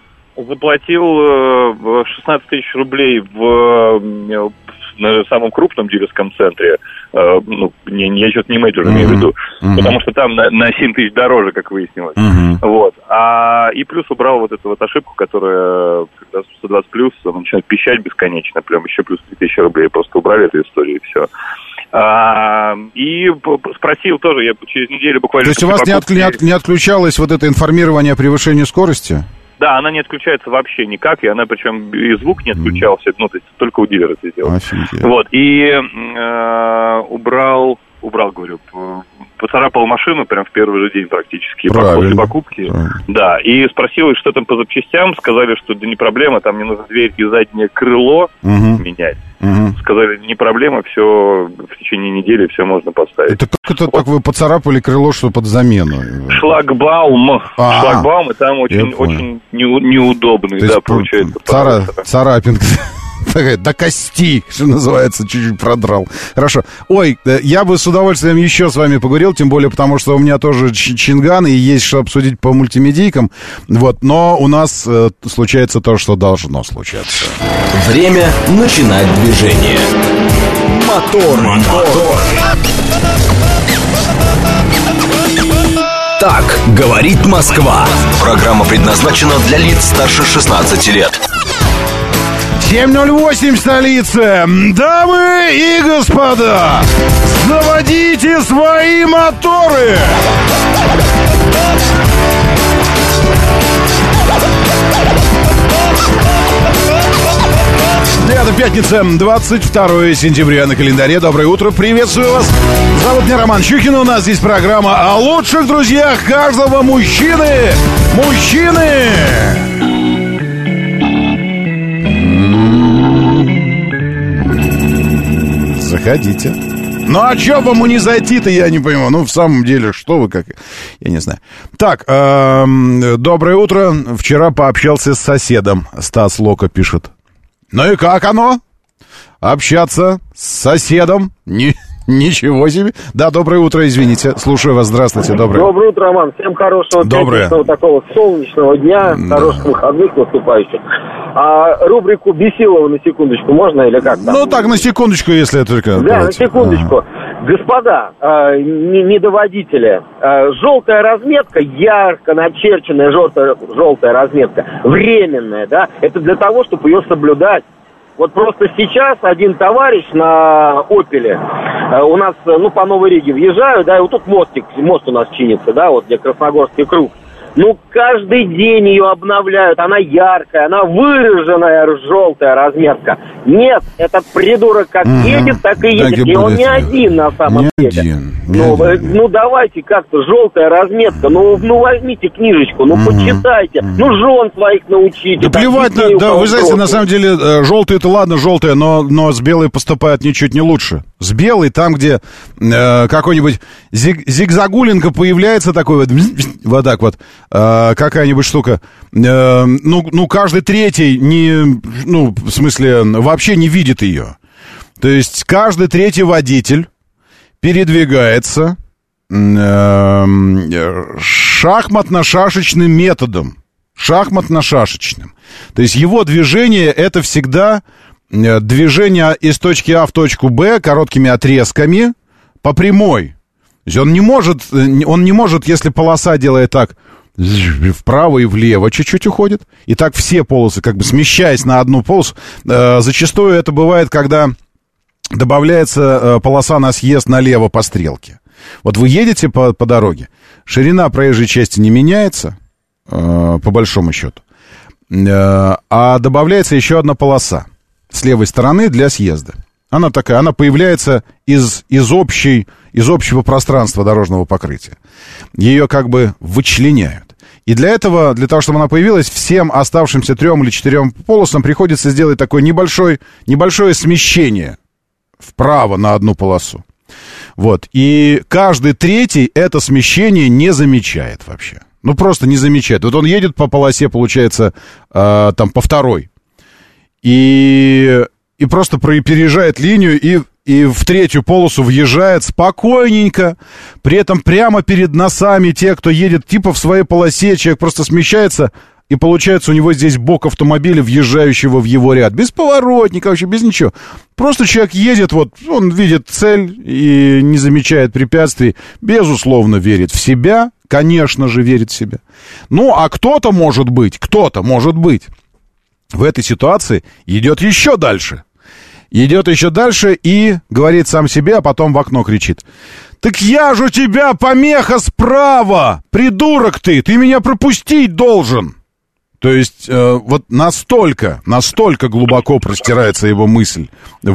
Заплатил шестнадцать тысяч рублей в... на самом крупном дилерском центре, э, ну, не, я что-то не мейджор, uh-huh. имею в виду, uh-huh. потому что там на, на семь тысяч дороже, как выяснилось. Uh-huh. Вот. А, и плюс убрал вот эту вот ошибку, которая, когда сто двадцать плюс, он начинает пищать бесконечно, прям еще плюс три тысячи рублей, просто убрали эту историю, и все. А, и спросил тоже, я через неделю буквально... То есть у вас не, от, не, от, не отключалось вот это информирование о превышении скорости? Да, она не отключается вообще никак, и она, причем и звук не отключался, mm. ну, то есть только у дилера это сделал. Офигеть. Вот, и э, убрал, убрал, говорю, поцарапал машину прям в первый же день практически, после покупки. Правильно. Да, и спросил, что там по запчастям, сказали, что да не проблема, там мне нужно дверь и заднее крыло mm-hmm. менять. Mm-hmm. Сказали, не проблема, все в течение недели все можно поставить. Это как это вот. Так вы поцарапали крыло, что под замену? Шлагбаум. А-а-а. Шлагбаум, и там очень, очень не, неудобный, да, получается. Цара, царапинка. До кости, что называется, чуть-чуть продрал. Хорошо. Ой, я бы с удовольствием еще с вами поговорил, тем более потому, что у меня тоже Чинган, и есть что обсудить по мультимедийкам. Вот, но у нас э, случается то, что должно случаться. Время начинать движение. Мотор, мотор. Так говорит Москва. Программа предназначена для лиц старше шестнадцати лет. семь ноль восемь в столице. Дамы и господа, заводите свои моторы. Это пятница, двадцать второе сентября на календаре. Доброе утро, приветствую вас. Зовут меня Роман Щукин. У нас здесь программа о лучших друзьях каждого мужчины. Мужчины! Заходите. Ну, а чё вам не зайти-то, я не понимаю. Ну, в самом деле, что вы как... Я не знаю. Так, эм, доброе утро. Вчера пообщался с соседом. Стас Лока пишет. Ну и как оно? Общаться с соседом? Не... Ничего себе. Да, доброе утро, извините. Слушаю вас, здравствуйте, доброе. Доброе утро, Роман. Всем хорошего пятничного такого солнечного дня, да. Хороших выходных наступающих. А рубрику Бесилова на секундочку можно или как там? Ну так, на секундочку, если только... Да, давайте. На секундочку. Ага. Господа, э, недоводители, э, желтая разметка, ярко начерченная желтая, желтая разметка, временная, да, это для того, чтобы ее соблюдать. Вот просто сейчас один товарищ на «Опеле», э, у нас, ну, по Новой Риге въезжаю, да, и вот тут мостик, мост у нас чинится, да, вот где Красногорский круг. Ну, каждый день ее обновляют, она яркая, она выраженная желтая разметка. Нет, этот придурок как угу. едет, так и едет, так и, и он не один на самом не деле. Один, не ну, один. ну, давайте как-то, желтая разметка, ну, ну возьмите книжечку, ну, угу. почитайте, угу. ну, жен своих научите. Да плевать, на, да, вы знаете, на самом деле, желтые-то ладно, желтые, но, но с белой поступает ничуть не лучше. С белой, там, где э, какой-нибудь зиг, зигзагуленко появляется такой вот, вот так вот, э, какая-нибудь штука, э, ну, ну, каждый третий не, ну, в смысле, вообще не видит ее. То есть каждый третий водитель передвигается э, шахматно-шашечным методом. Шахматно-шашечным. То есть его движение — это всегда движение из точки А в точку Б короткими отрезками по прямой. То есть он не может, он не может, если полоса делает так, вправо и влево чуть-чуть уходит, и так все полосы, как бы смещаясь на одну полосу. Э, зачастую это бывает, когда добавляется э, полоса на съезд налево по стрелке. Вот вы едете по, по дороге, ширина проезжей части не меняется, э, по большому счету, э, а добавляется еще одна полоса с левой стороны для съезда. Она такая, она появляется из, из, общей, из общего пространства дорожного покрытия. Ее как бы вычленяют. И для этого, для того, чтобы она появилась, всем оставшимся трем или четырем полосам приходится сделать такое небольшое, небольшое смещение вправо на одну полосу. Вот. И каждый третий это смещение не замечает вообще. Ну, просто не замечает. Вот он едет по полосе, получается, э, там, по второй. И, и просто переезжает линию и, и в третью полосу въезжает спокойненько. При этом прямо перед носами те, кто едет типа в своей полосе, человек просто смещается, и получается у него здесь бок автомобиля, въезжающего в его ряд. Без поворотника вообще, без ничего. Просто человек едет, вот он видит цель и не замечает препятствий. Безусловно, верит в себя. Конечно же, верит в себя. Ну, а кто-то может быть, кто-то может быть в этой ситуации идет еще дальше. Идет еще дальше и говорит сам себе, а потом в окно кричит. Так я же у тебя помеха справа! Придурок ты! Ты меня пропустить должен! То есть э, вот настолько, настолько глубоко простирается его мысль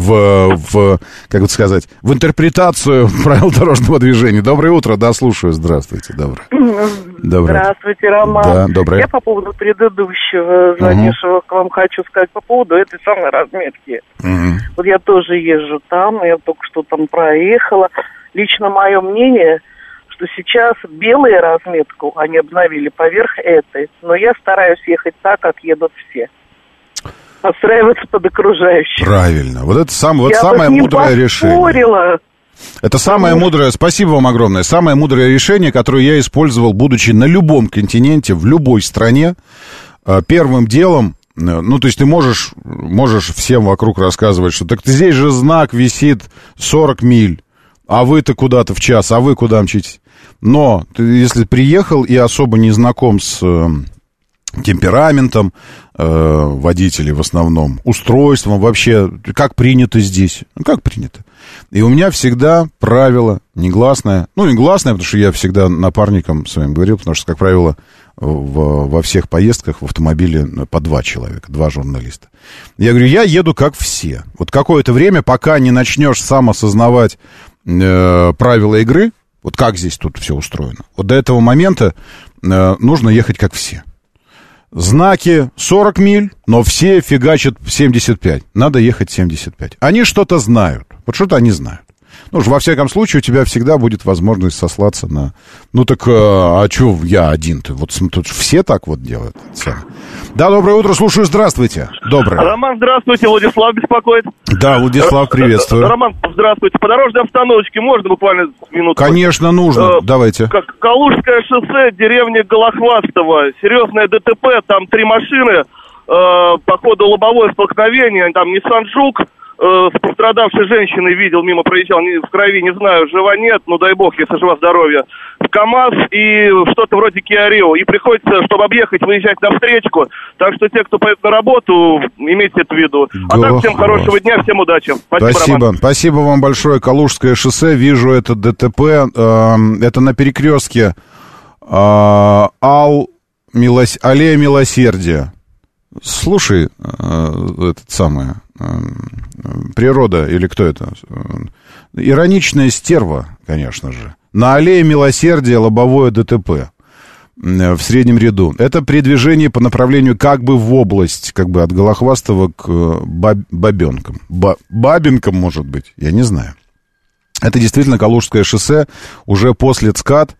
в, в, как бы сказать, в интерпретацию правил дорожного движения. Доброе утро, да, слушаю. Здравствуйте, доброе. Доброе. Здравствуйте, Роман. Да, доброе. Я по поводу предыдущего звонившего угу. к вам хочу сказать по поводу этой самой разметки. Угу. Вот я тоже езжу там, я только что там проехала. Лично мое мнение, что сейчас белую разметку они обновили поверх этой, но я стараюсь ехать так, как едут все. Подстраиваться под окружающих. Правильно. Вот это сам, вот я самое мудрое решение. Это самое мудрое, спасибо вам огромное, самое мудрое решение, которое я использовал, будучи на любом континенте, в любой стране. Первым делом, ну, то есть ты можешь, можешь всем вокруг рассказывать, что так здесь же знак висит сорок миль, а вы-то куда-то в час, а вы куда мчитесь? Но ты, если приехал и особо не знаком с э, темпераментом э, водителей в основном, устройством вообще, как принято здесь, ну, как принято. И у меня всегда правило негласное, ну, негласное, потому что я всегда напарникам своим говорил, потому что, как правило, в, во всех поездках в автомобиле по два человека, два журналиста. Я говорю, я еду как все. Вот какое-то время, пока не начнешь сам осознавать э, правила игры, вот как здесь тут все устроено, вот до этого момента э, нужно ехать как все. Знаки сорок миль, но все фигачат семьдесят пять. Надо ехать семьдесят пять. Они что-то знают. Вот что-то они знают. Ну, уж во всяком случае, у тебя всегда будет возможность сослаться на... Ну, так, а что я один-то? Вот тут все так вот делают. Да, доброе утро, слушаю, здравствуйте. Доброе. Роман, здравствуйте, Владислав беспокоит. Да, Владислав, приветствую. Роман, здравствуйте. По дорожной обстановочке можно буквально минуту? Конечно, нужно, э, давайте. Как Калужское шоссе, деревня Голохвастово. Серьезное ДТП, там три машины, э, по ходу лобовое столкновение, там Nissan Жук, с пострадавшей женщиной видел, мимо проезжал, не, в крови, не знаю, жива нет, ну дай бог, если жива здоровья. КамАЗ и что-то вроде Kia Rio. И приходится, чтобы объехать, выезжать на встречку. Так что те, кто поедет на работу, имейте это в виду. А так, всем хорошего дня, всем удачи. Спасибо, Спасибо. Роман. Спасибо вам большое. Калужское шоссе, вижу это ДТП. Это на перекрестке Ал... Милос... Аллея Милосердия. Слушай, этот самый... Природа, или кто это? Ироничная стерва, конечно же. На аллее Милосердия лобовое ДТП в среднем ряду. Это при движении по направлению как бы в область, как бы от Голохвастова к баб, Бабенкам. Ба, Бабинкам, может быть, я не знаю. Это действительно Калужское шоссе уже после ЦКАД.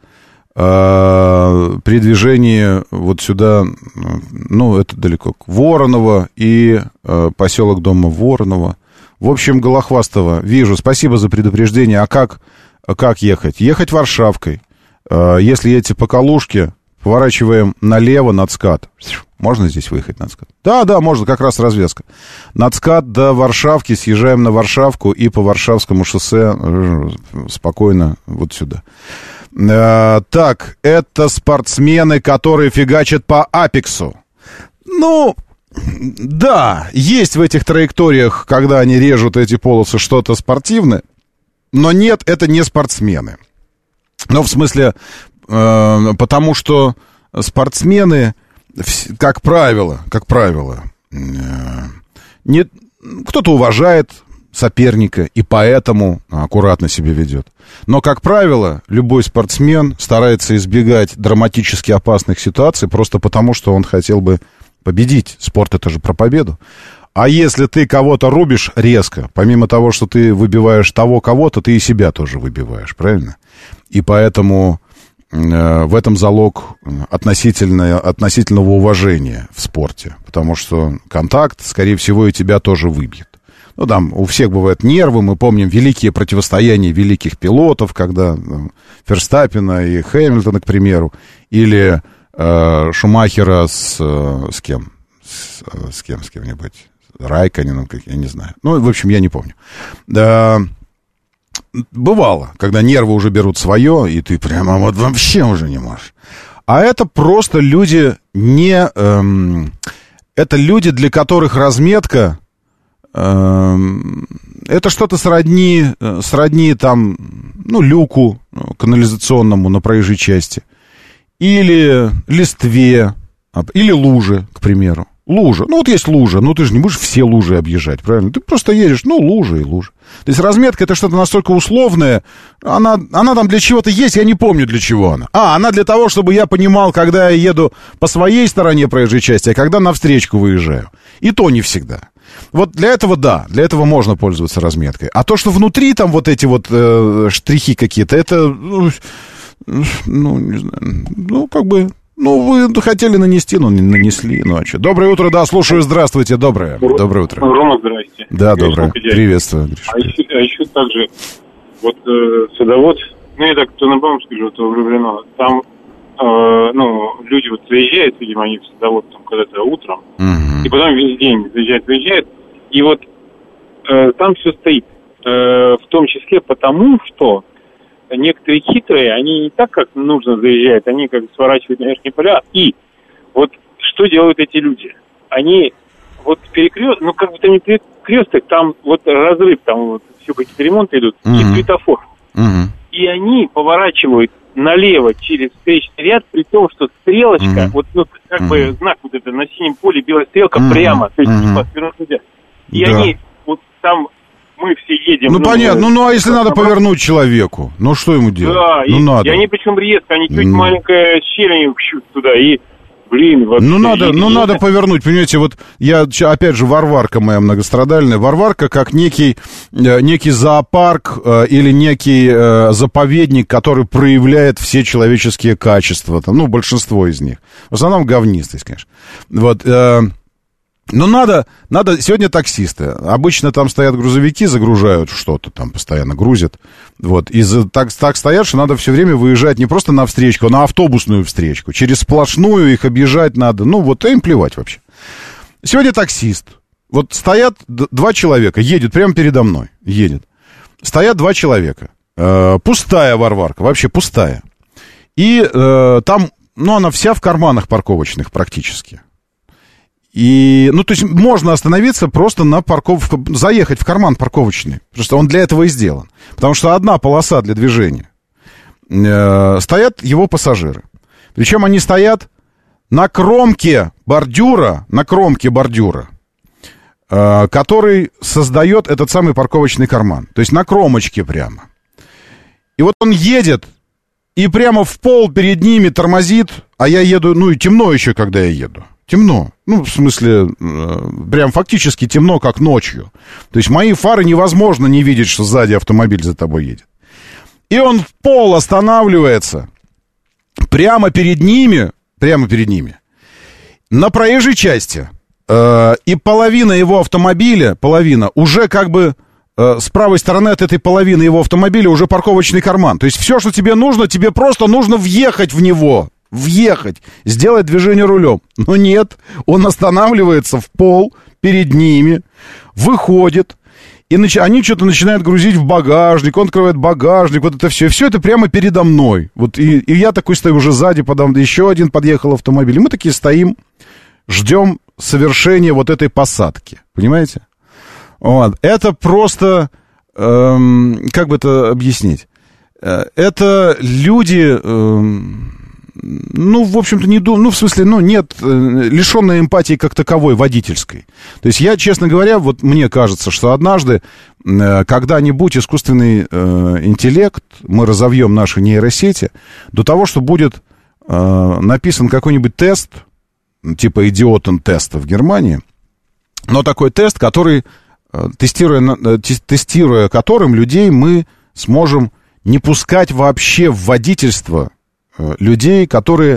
Uh, при движении вот сюда, ну, это далеко, к Вороново и uh, поселок дома Вороново. В общем, Голохвастово. Вижу, спасибо за предупреждение. А как, как ехать? Ехать Варшавкой. Uh, если едете по Калужке, поворачиваем налево на ЦКАД. Можно здесь выехать на ЦКАД? Да, да, можно, как раз развязка. На ЦКАД до Варшавки, съезжаем на Варшавку и по Варшавскому шоссе спокойно вот сюда. Так, это спортсмены, которые фигачат по Апексу. Ну, да, есть в этих траекториях, когда они режут эти полосы, что-то спортивное. Но нет, это не спортсмены. Ну, в смысле, э, потому что спортсмены, как правило, как правило, э, не, кто-то уважает соперника и поэтому аккуратно себя ведет. Но, как правило, любой спортсмен старается избегать драматически опасных ситуаций просто потому, что он хотел бы победить. Спорт — это же про победу. А если ты кого-то рубишь резко, помимо того, что ты выбиваешь того кого-то, ты и себя тоже выбиваешь, правильно? И поэтому э, в этом залог относительно, относительного уважения в спорте. Потому что контакт, скорее всего, и тебя тоже выбьет. Ну, там у всех бывают нервы, мы помним великие противостояния великих пилотов, когда ну, Ферстаппена и Хэмилтона, к примеру, или э, Шумахера с, с кем? С, с кем, с кем-нибудь? Райконеном, я не знаю. Ну, в общем, я не помню. Да, бывало, когда нервы уже берут свое, и ты прямо вот вообще уже не можешь. А это просто люди не... Эм, это люди, для которых разметка... Это что-то сродни, сродни там, ну, люку канализационному на проезжей части. Или листве, или луже, к примеру. Лужа. Ну, вот есть лужа, ну, ты же не будешь все лужи объезжать, правильно? Ты просто едешь, ну, лужа и лужа. То есть разметка — это что-то настолько условное, она, она там для чего-то есть, я не помню, для чего она. А, она для того, чтобы я понимал, когда я еду по своей стороне проезжей части, а когда навстречку выезжаю. И то не всегда. Вот для этого, да, для этого можно пользоваться разметкой. А то, что внутри там вот эти вот э, штрихи какие-то, это, ну, ну, не знаю, ну, как бы, ну, вы хотели нанести, но не нанесли, ну, а что. Доброе утро, да, слушаю, здравствуйте, доброе, доброе утро. Рома, здрасте. Да, доброе, приветствую. А еще, а еще также, вот э, садовод, ну, я так, кто на бам скажу, то влюблено, там, э, ну, люди вот заезжают, видимо, они в садовод там когда-то утром, uh-huh. и потом весь день заезжают, заезжают, и вот э, там все стоит, э, в том числе потому, что некоторые хитрые, они не так, как нужно заезжают, они как сворачивают на верхние поля, и вот что делают эти люди? Они вот перекрест, ну как бы там не перекресток, там вот разрыв, там вот все какие-то ремонты идут, uh-huh. и светофор. Uh-huh. И они поворачивают налево через встречный ряд, при том, что стрелочка, uh-huh. вот ну, как uh-huh. бы знак вот это на синем поле, белая стрелка uh-huh. прямо, то есть uh-huh. свернуть нельзя. И да. они вот там, мы все едем. Ну, ну понятно, ну, ну а если надо обратно повернуть человеку, ну что ему делать? Да, ну и, надо. И они причем резко, они чуть mm. маленькая щель, они щут туда, и блин, вообще... Ну, надо, ну, надо повернуть, понимаете, вот я, опять же, Варварка моя многострадальная, Варварка как некий, некий зоопарк э, или некий э, заповедник, который проявляет все человеческие качества, там, ну, большинство из них. В основном говнистость, конечно. Вот, э, но надо, надо, сегодня таксисты, обычно там стоят грузовики, загружают что-то, там постоянно грузят, вот, и за, так, так стоят, что надо все время выезжать не просто на встречку, а на автобусную встречку, через сплошную их объезжать надо, ну, вот, им плевать вообще. Сегодня таксист, вот стоят два человека, едет прямо передо мной, едет, стоят два человека, э, пустая Варварка, вообще пустая, и э, там, ну, она вся в карманах парковочных практически. И, ну, то есть можно остановиться просто на парковке, заехать в карман парковочный, потому что он для этого и сделан. Потому что одна полоса для движения. Э, стоят его пассажиры. Причем они стоят на кромке бордюра, на кромке бордюра, э, который создает этот самый парковочный карман. То есть на кромочке прямо. И вот он едет, и прямо в пол перед ними тормозит, а я еду, ну и темно еще, когда я еду. Темно. Ну, в смысле, э, прям фактически темно, как ночью. То есть мои фары невозможно не видеть, что сзади автомобиль за тобой едет. И он в пол останавливается прямо перед ними, прямо перед ними, на проезжей части. Э, и половина его автомобиля, половина, уже как бы э, с правой стороны от этой половины его автомобиля уже парковочный карман. То есть все, что тебе нужно, тебе просто нужно въехать в него. Въехать, сделать движение рулем. Но нет, он останавливается в пол перед ними, выходит, и нач... они что-то начинают грузить в багажник, он открывает багажник, вот это все. И все это прямо передо мной. Вот и, и я такой стою уже сзади, подам, еще один подъехал автомобиль. И мы такие стоим, ждем совершения вот этой посадки. Понимаете? Вот. Это просто, эм, как бы это объяснить? Это люди... Эм, ну, в общем-то, не думаю, ну, в смысле, ну, нет, лишенной эмпатии как таковой, водительской. То есть я, честно говоря, вот мне кажется, что однажды, когда-нибудь искусственный э, интеллект, мы разовьем наши нейросети, до того, что будет э, написан какой-нибудь тест, типа идиотен-теста в Германии, но такой тест, который, э, тестируя, э, тестируя которым людей мы сможем не пускать вообще в водительство людей, которые,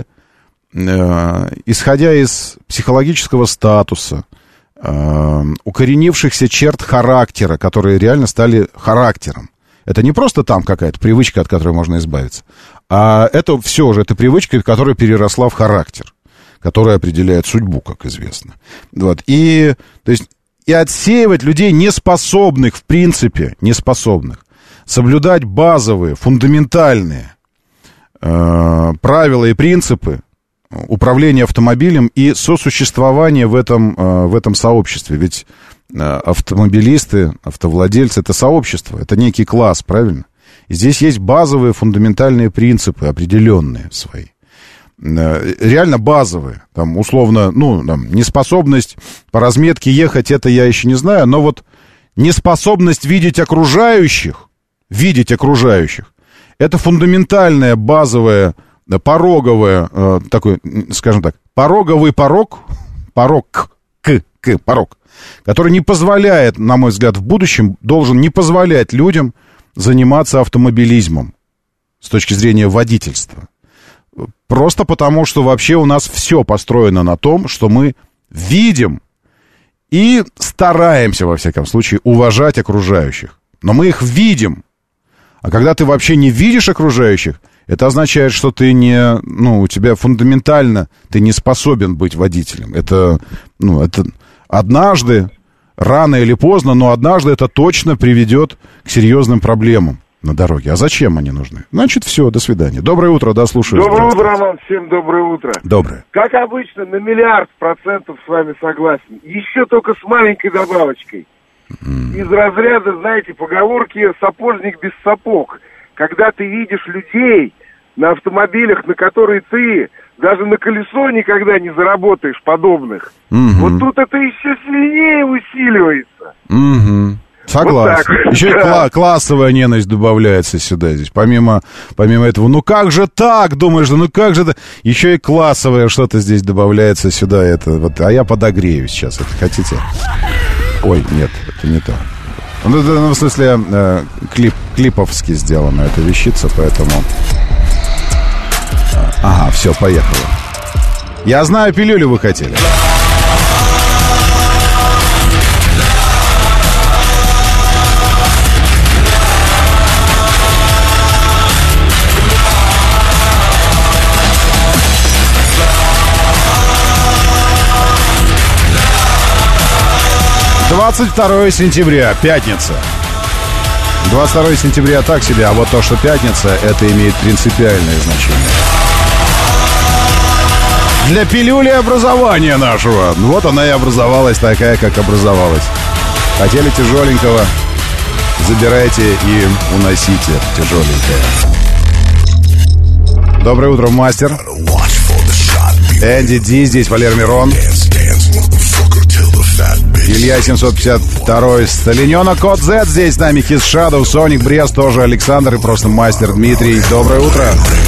э, исходя из психологического статуса, э, укоренившихся черт характера, которые реально стали характером. Это не просто там какая-то привычка, от которой можно избавиться, а это все же, это привычка, которая переросла в характер, которая определяет судьбу, как известно. Вот. И, то есть, и отсеивать людей, неспособных, в принципе, неспособных, соблюдать базовые, фундаментальные правила и принципы управления автомобилем и сосуществования в этом, в этом сообществе. Ведь автомобилисты, автовладельцы — это сообщество, это некий класс, правильно? И здесь есть базовые фундаментальные принципы, определенные свои. Реально базовые. Там, условно, ну, там, неспособность по разметке ехать, это я еще не знаю, но вот неспособность видеть окружающих, видеть окружающих, это фундаментальная, базовая, пороговая, э, такой, скажем так, пороговый порог, порог, к, к, порог, который не позволяет, на мой взгляд, в будущем, должен не позволять людям заниматься автомобилизмом с точки зрения водительства. Просто потому, что вообще у нас все построено на том, что мы видим и стараемся, во всяком случае, уважать окружающих. Но мы их видим. А когда ты вообще не видишь окружающих, это означает, что ты не, ну, у тебя фундаментально, ты не способен быть водителем. Это, ну, это однажды, рано или поздно, но однажды это точно приведет к серьезным проблемам на дороге. А зачем они нужны? Значит, все, до свидания. Доброе утро, да, слушаю. Доброе утро, Роман, всем доброе утро. Доброе. Как обычно, на миллиард процентов с вами согласен. Еще только с маленькой добавочкой. Из разряда, знаете, поговорки «сапожник без сапог». Когда ты видишь людей на автомобилях, на которые ты даже на колесо никогда не заработаешь подобных, угу. Вот тут это еще сильнее усиливается. Угу. Согласен. Вот так. Еще и кла- классовая ненависть добавляется сюда здесь. Помимо, помимо этого, ну как же так, думаешь, ну как же так? Еще и классовое что-то здесь добавляется сюда. Это, вот, а я подогрею сейчас. Это хотите? Ой, нет, это не то. Ну, это, ну в смысле, э, клип, клиповски сделана эта вещица, поэтому... Ага, все, поехало. Я знаю, пилюлю вы хотели. двадцать второе сентября, пятница. двадцать второе сентября так себе, а вот то, что пятница, это имеет принципиальное значение. Для пилюли образования нашего. Вот она и образовалась такая, как образовалась. Хотели тяжеленького, забирайте и уносите тяжеленькое. Доброе утро, мастер. Энди Ди, здесь Валер Мирон. Илья семьсот пятьдесят два, Сталиненок, Код Z здесь с нами, Kiss Shadow, Соник, Брест тоже, Александр и просто мастер Дмитрий. Доброе утро.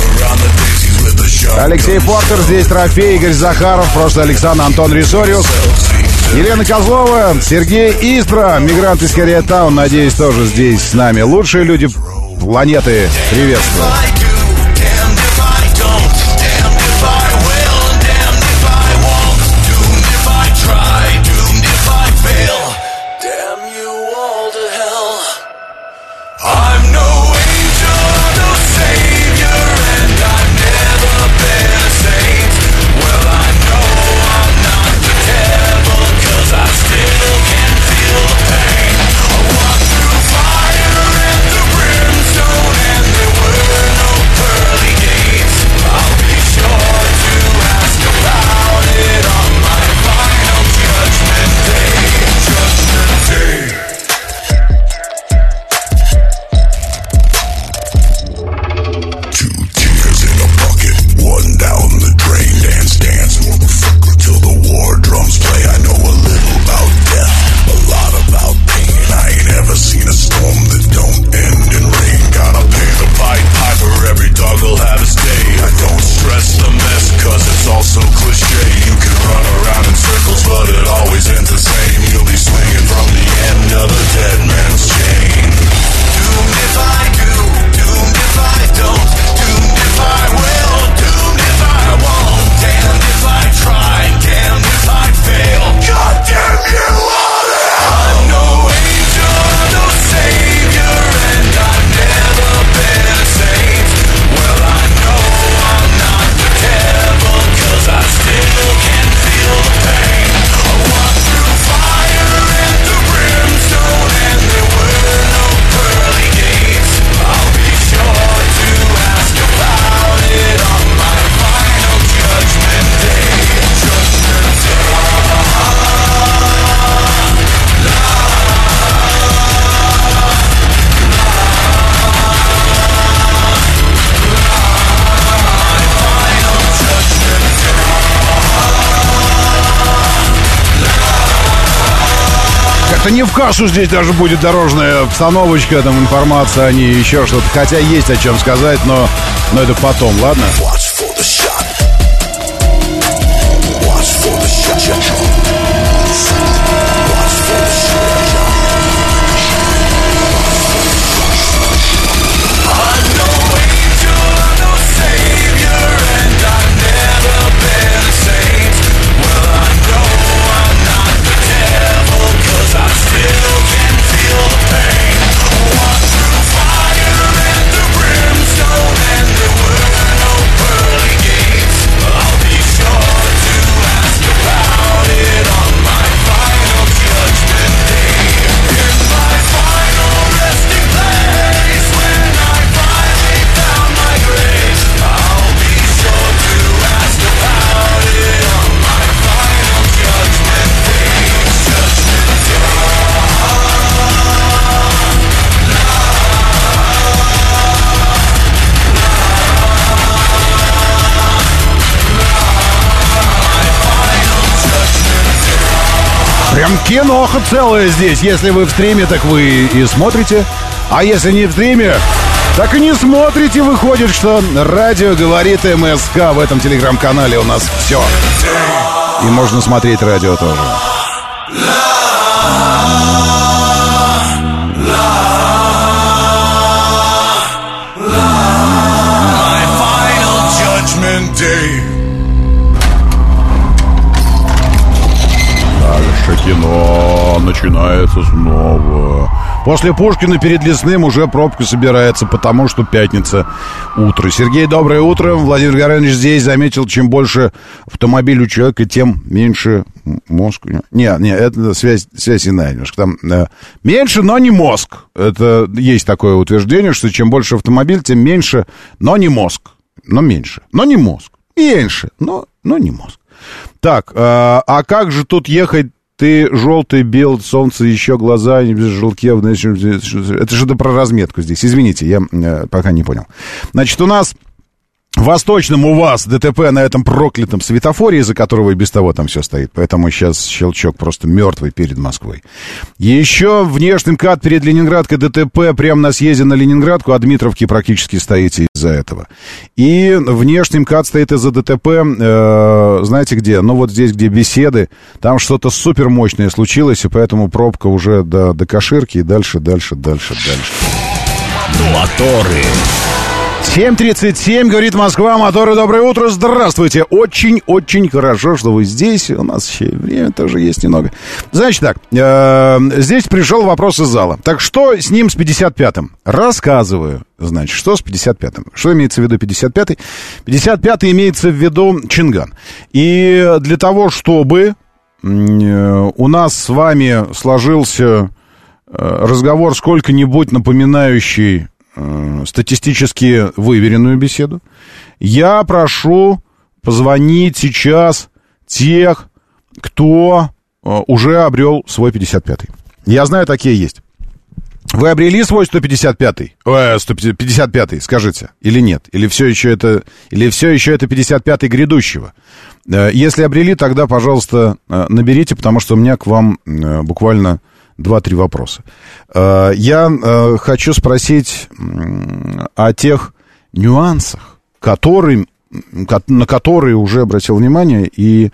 Алексей Портер, здесь Трофей, Игорь Захаров, просто Александр, Антон Рисориус, Елена Козлова, Сергей Истра, мигрант из Кореятаун, надеюсь, тоже здесь с нами. Лучшие люди планеты, приветствую. Не в кассу здесь даже будет дорожная обстановочка, там информация о ней, еще что-то. Хотя есть о чем сказать, но, но это потом, ладно? Прям киноха целая здесь. Если вы в стриме, так вы и смотрите. А если не в стриме, так и не смотрите. Выходит, что радио говорит МСК. В этом телеграм-канале у нас все. И можно смотреть радио тоже. Дальше кино начинается снова. После Пушкина перед Лесным уже пробка собирается, потому что пятница, утро. Сергей, доброе утро. Владимир Горанович здесь заметил, чем больше автомобиль у человека, тем меньше мозг. Не, не, это связь, связь иная немножко. Там э, меньше, но не мозг. Это есть такое утверждение, что чем больше автомобиль, тем меньше, но не мозг. Но меньше, но не мозг. Меньше, но, но не мозг. Так, э, а как же тут ехать? Ты желтый, белый, солнце, еще глаза, без желтки. Это что-то про разметку здесь. Извините, я э, пока не понял. Значит, у нас в Восточном у вас ДТП на этом проклятом светофоре, из-за которого и без того там все стоит. Поэтому сейчас щелчок просто мертвый перед Москвой. Еще внешний МКАД перед Ленинградкой ДТП прямо на съезде на Ленинградку. От Дмитровки практически стоите из-за этого. И внешний МКАД стоит из-за ДТП, э, знаете где? Ну вот здесь, где беседы. Там что-то супер мощное случилось, и поэтому пробка уже до, до Каширки и дальше, дальше, дальше, дальше. Моторы. семь тридцать семь, говорит Москва, моторы, доброе утро, здравствуйте. Очень-очень хорошо, что вы здесь. У нас еще время тоже есть немного. Значит так, э, здесь пришел вопрос из зала. Так что с ним с пятьдесят пятым? Рассказываю. Значит, что с пятьдесят пятым? Что имеется в виду пятьдесят пятый? пятьдесят пятый имеется в виду Чинган. И для того, чтобы э, у нас с вами сложился э, разговор сколько-нибудь напоминающий статистически выверенную беседу, я прошу позвонить сейчас тех, кто уже обрел свой пятьдесят пятый. Я знаю, такие есть. Вы обрели свой сто пятьдесят пятый? Э, сто пятьдесят пятый, скажите, или нет? Или все еще это, или все еще это пятьдесят пятый грядущего? Если обрели, тогда, пожалуйста, наберите, потому что у меня к вам буквально два-три вопроса. Я хочу спросить о тех нюансах, которые, на которые уже обратил внимание, и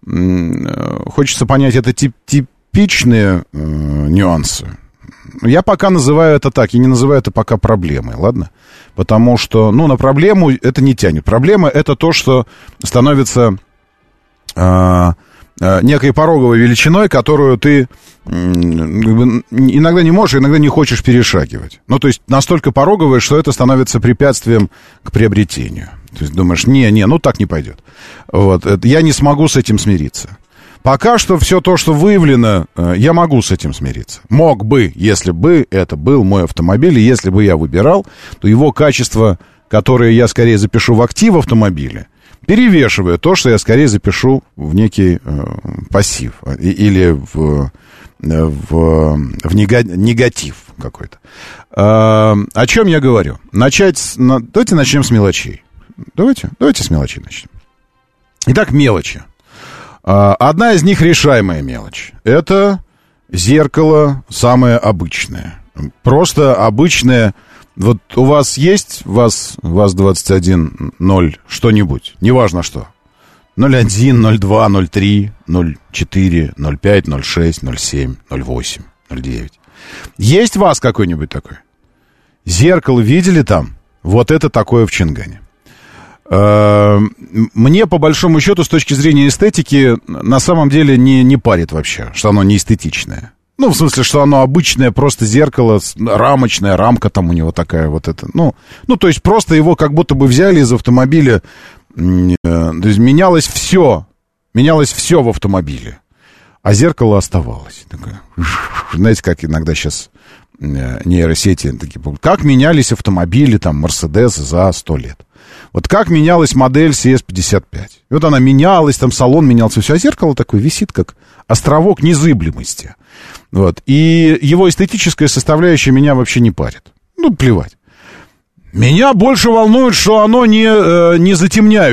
хочется понять, это тип, типичные нюансы. Я пока называю это так, я не называю это пока проблемой, ладно? Потому что, ну, на проблему это не тянет. Проблема — это то, что становится некой пороговой величиной, которую ты иногда не можешь, иногда не хочешь перешагивать. Ну, то есть настолько пороговая, что это становится препятствием к приобретению. То есть думаешь, не-не, ну так не пойдет. Вот, это, я не смогу с этим смириться. Пока что все то, что выявлено, я могу с этим смириться. Мог бы, если бы это был мой автомобиль, и если бы я выбирал, то его качество, которое я скорее запишу в актив автомобиля, перевешивая то, что я скорее запишу в некий э, пассив и, или в, в, в негатив какой-то. Э, о чем я говорю? Начать с, на, давайте начнем с мелочей. Давайте, давайте с мелочей начнем. Итак, мелочи. Э, одна из них решаемая мелочь. Это зеркало самое обычное. Просто обычное. Вот у вас есть ВАЗ, ВАЗ двадцать один ноль что-нибудь, неважно что, ноль один, ноль два, ноль три, ноль четыре, ноль пять, ноль шесть, ноль семь, ноль восемь, ноль девять. Есть ВАЗ какой-нибудь такой? Зеркало видели там? Вот это такое в Чингане. Мне, по большому счету, с точки зрения эстетики, на самом деле не, не парит вообще, что оно не эстетичное. Ну, в смысле, что оно обычное, просто зеркало, рамочная, рамка там у него такая вот эта. Ну, ну, то есть просто его как будто бы взяли из автомобиля. То есть менялось все. Менялось все в автомобиле. А зеркало оставалось. Такое, знаете, как иногда сейчас нейросети такие. Как менялись автомобили, там, Мерседес за сто лет. Вот как менялась модель си эс пятьдесят пять. И вот она менялась, там салон менялся, все. А зеркало такое висит, как островок незыблемости. Вот. И его эстетическая составляющая меня вообще не парит. Ну, плевать. Меня больше волнует, что оно не, э, не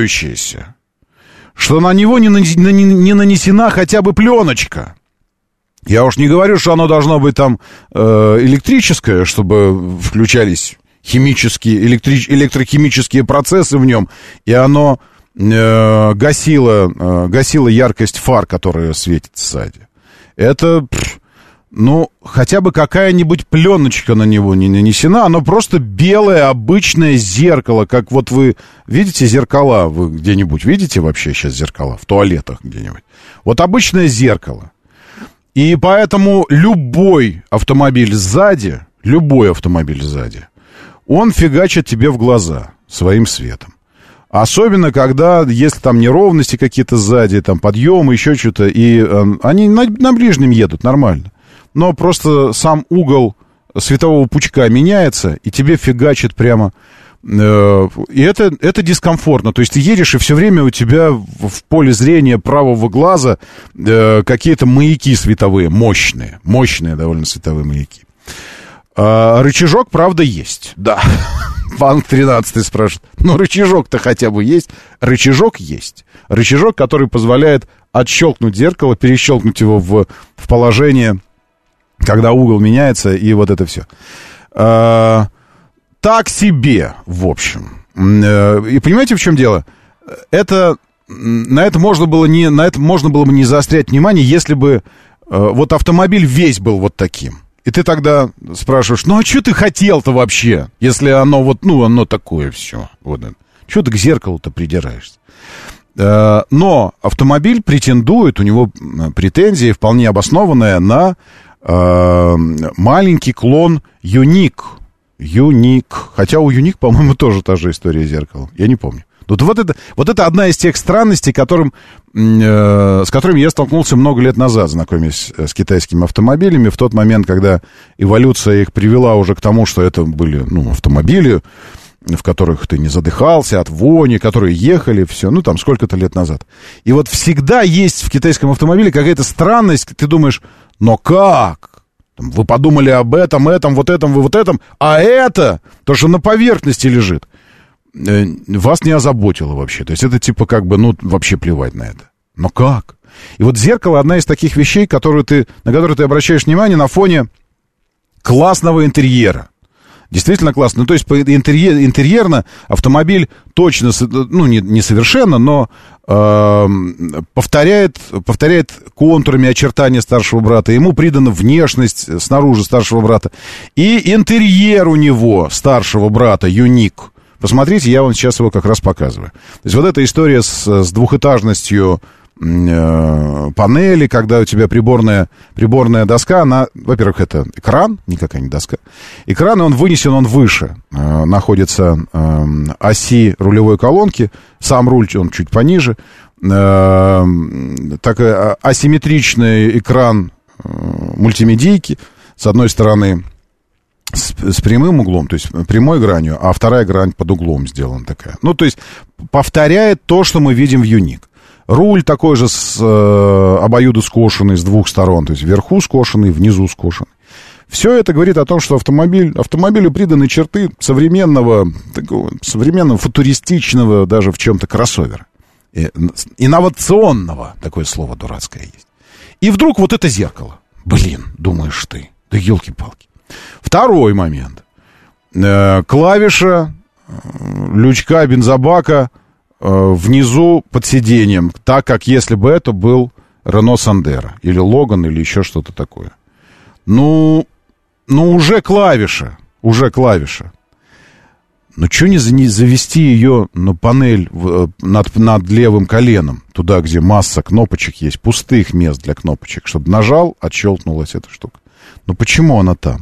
затемняющееся. Что на него не, не, не нанесена хотя бы пленочка. Я уж не говорю, что оно должно быть там э, электрическое, чтобы включались химические, электри... электрохимические процессы в нем, и оно э, гасило, э, гасило яркость фар, которые светят сзади. Это, пфф, ну, хотя бы какая-нибудь пленочка на него не нанесена, оно просто белое обычное зеркало, как вот вы видите зеркала, вы где-нибудь видите вообще сейчас зеркала? В туалетах где-нибудь. Вот обычное зеркало. И поэтому любой автомобиль сзади, любой автомобиль сзади, он фигачит тебе в глаза своим светом. Особенно, когда, если там неровности какие-то сзади, там подъемы, еще что-то, и э, они на, на ближнем едут нормально. Но просто сам угол светового пучка меняется, и тебе фигачит прямо. Э, и это, это дискомфортно. То есть ты едешь, и все время у тебя в, в поле зрения правого глаза э, какие-то маяки световые, мощные, мощные довольно световые маяки. А, рычажок, правда, есть, да. Банк тринадцатый спрашивает. Ну, рычажок-то хотя бы есть. Рычажок есть. Рычажок, который позволяет отщелкнуть зеркало, перещелкнуть его в, в положение, когда угол меняется, и вот это все. А, так себе, в общем. И понимаете, в чем дело? Это, на это можно было не, на это можно было бы не заострять внимание, если бы вот автомобиль весь был вот таким. И ты тогда спрашиваешь, ну а что ты хотел-то вообще, если оно вот, ну, оно такое все. Вот. Чего ты к зеркалу-то придираешься? Но автомобиль претендует, у него претензии вполне обоснованные на э, маленький клон Юник. Юник. Хотя у Юник, по-моему, тоже та же история зеркала. Я не помню. Вот, вот, это, вот это одна из тех странностей, которым, э, с которыми я столкнулся много лет назад, знакомясь с китайскими автомобилями, в тот момент, когда эволюция их привела уже к тому, что это были, ну, автомобили, в которых ты не задыхался от вони, которые ехали, все, ну, там, сколько-то лет назад. И вот всегда есть в китайском автомобиле какая-то странность, ты думаешь, но как? Вы подумали об этом, этом, вот этом, вы вот этом, а это, то, что на поверхности лежит, вас не озаботило вообще. То есть это типа как бы, ну, вообще плевать на это. Но как? И вот зеркало одна из таких вещей, которую ты, на которые ты обращаешь внимание на фоне классного интерьера. Действительно классно. Ну, то есть по интерьер, интерьерно автомобиль точно, ну, не, не совершенно, но э, повторяет, повторяет контурами очертания старшего брата. Ему придана внешность снаружи старшего брата. И интерьер у него, старшего брата, Юник. Посмотрите, я вам сейчас его как раз показываю. То есть вот эта история с, с двухэтажностью э, панели, когда у тебя приборная, приборная доска, она, во-первых, это экран, никакая не доска. Экран, и он вынесен, он выше. Э, находится э, оси рулевой колонки, сам руль, он чуть пониже. Э, так, э, асимметричный экран э, мультимедийки, с одной стороны, С, с прямым углом, то есть прямой гранью, а вторая грань под углом сделана такая. Ну, то есть повторяет то, что мы видим в Юник. Руль такой же с э, обоюдоскошенный с двух сторон, то есть вверху скошенный, внизу скошенный. Все это говорит о том, что автомобиль, автомобилю приданы черты современного, такого, современного, футуристичного, даже в чем-то кроссовера. И, инновационного, такое слово дурацкое есть. И вдруг вот это зеркало. Блин, думаешь ты, да елки-палки. Второй момент. Э, клавиша э, лючка бензобака э, внизу под сиденьем, так как если бы это был Рено Сандеро или Логан или еще что-то такое. Ну, ну уже клавиша, уже клавиша. Ну, что не, не завести ее на панель в, над, над левым коленом, туда, где масса кнопочек есть, пустых мест для кнопочек, чтобы нажал, отщелкнулась эта штука. Ну, почему она там?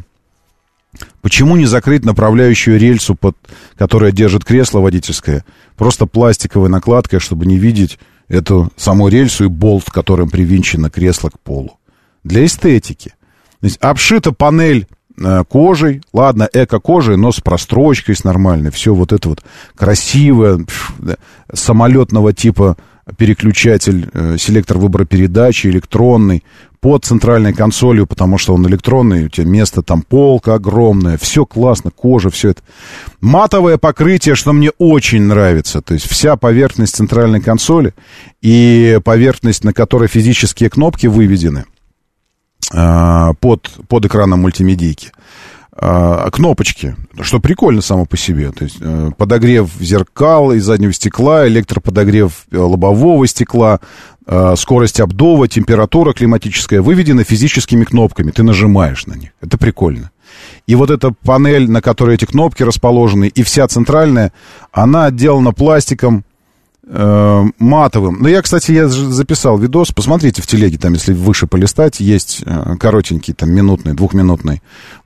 Почему не закрыть направляющую рельсу, под, которая держит кресло водительское, просто пластиковой накладкой, чтобы не видеть эту саму рельсу и болт, которым привинчено кресло к полу? Для эстетики. То есть обшита панель э, кожей, ладно, эко-кожей, но с прострочкой, с нормальной. Все вот это вот красивое, пф, да, самолетного типа переключатель, э, селектор выбора передачи, электронный, под центральной консолью, потому что он электронный, у тебя место там, полка огромная, все классно, кожа, все это. Матовое покрытие, что мне очень нравится, то есть вся поверхность центральной консоли и поверхность, на которой физические кнопки выведены, э, под, под экраном мультимедийки. Кнопочки, что прикольно само по себе. То есть подогрев зеркал и заднего стекла, электроподогрев лобового стекла, скорость обдува, температура климатическая выведена физическими кнопками. Ты нажимаешь на них. Это прикольно. И вот эта панель, на которой эти кнопки расположены, и вся центральная, она отделана пластиком э, матовым. Ну, я, кстати, я записал видос. Посмотрите в телеге, там, если выше полистать, есть э, коротенький, там, минутный, двухминутный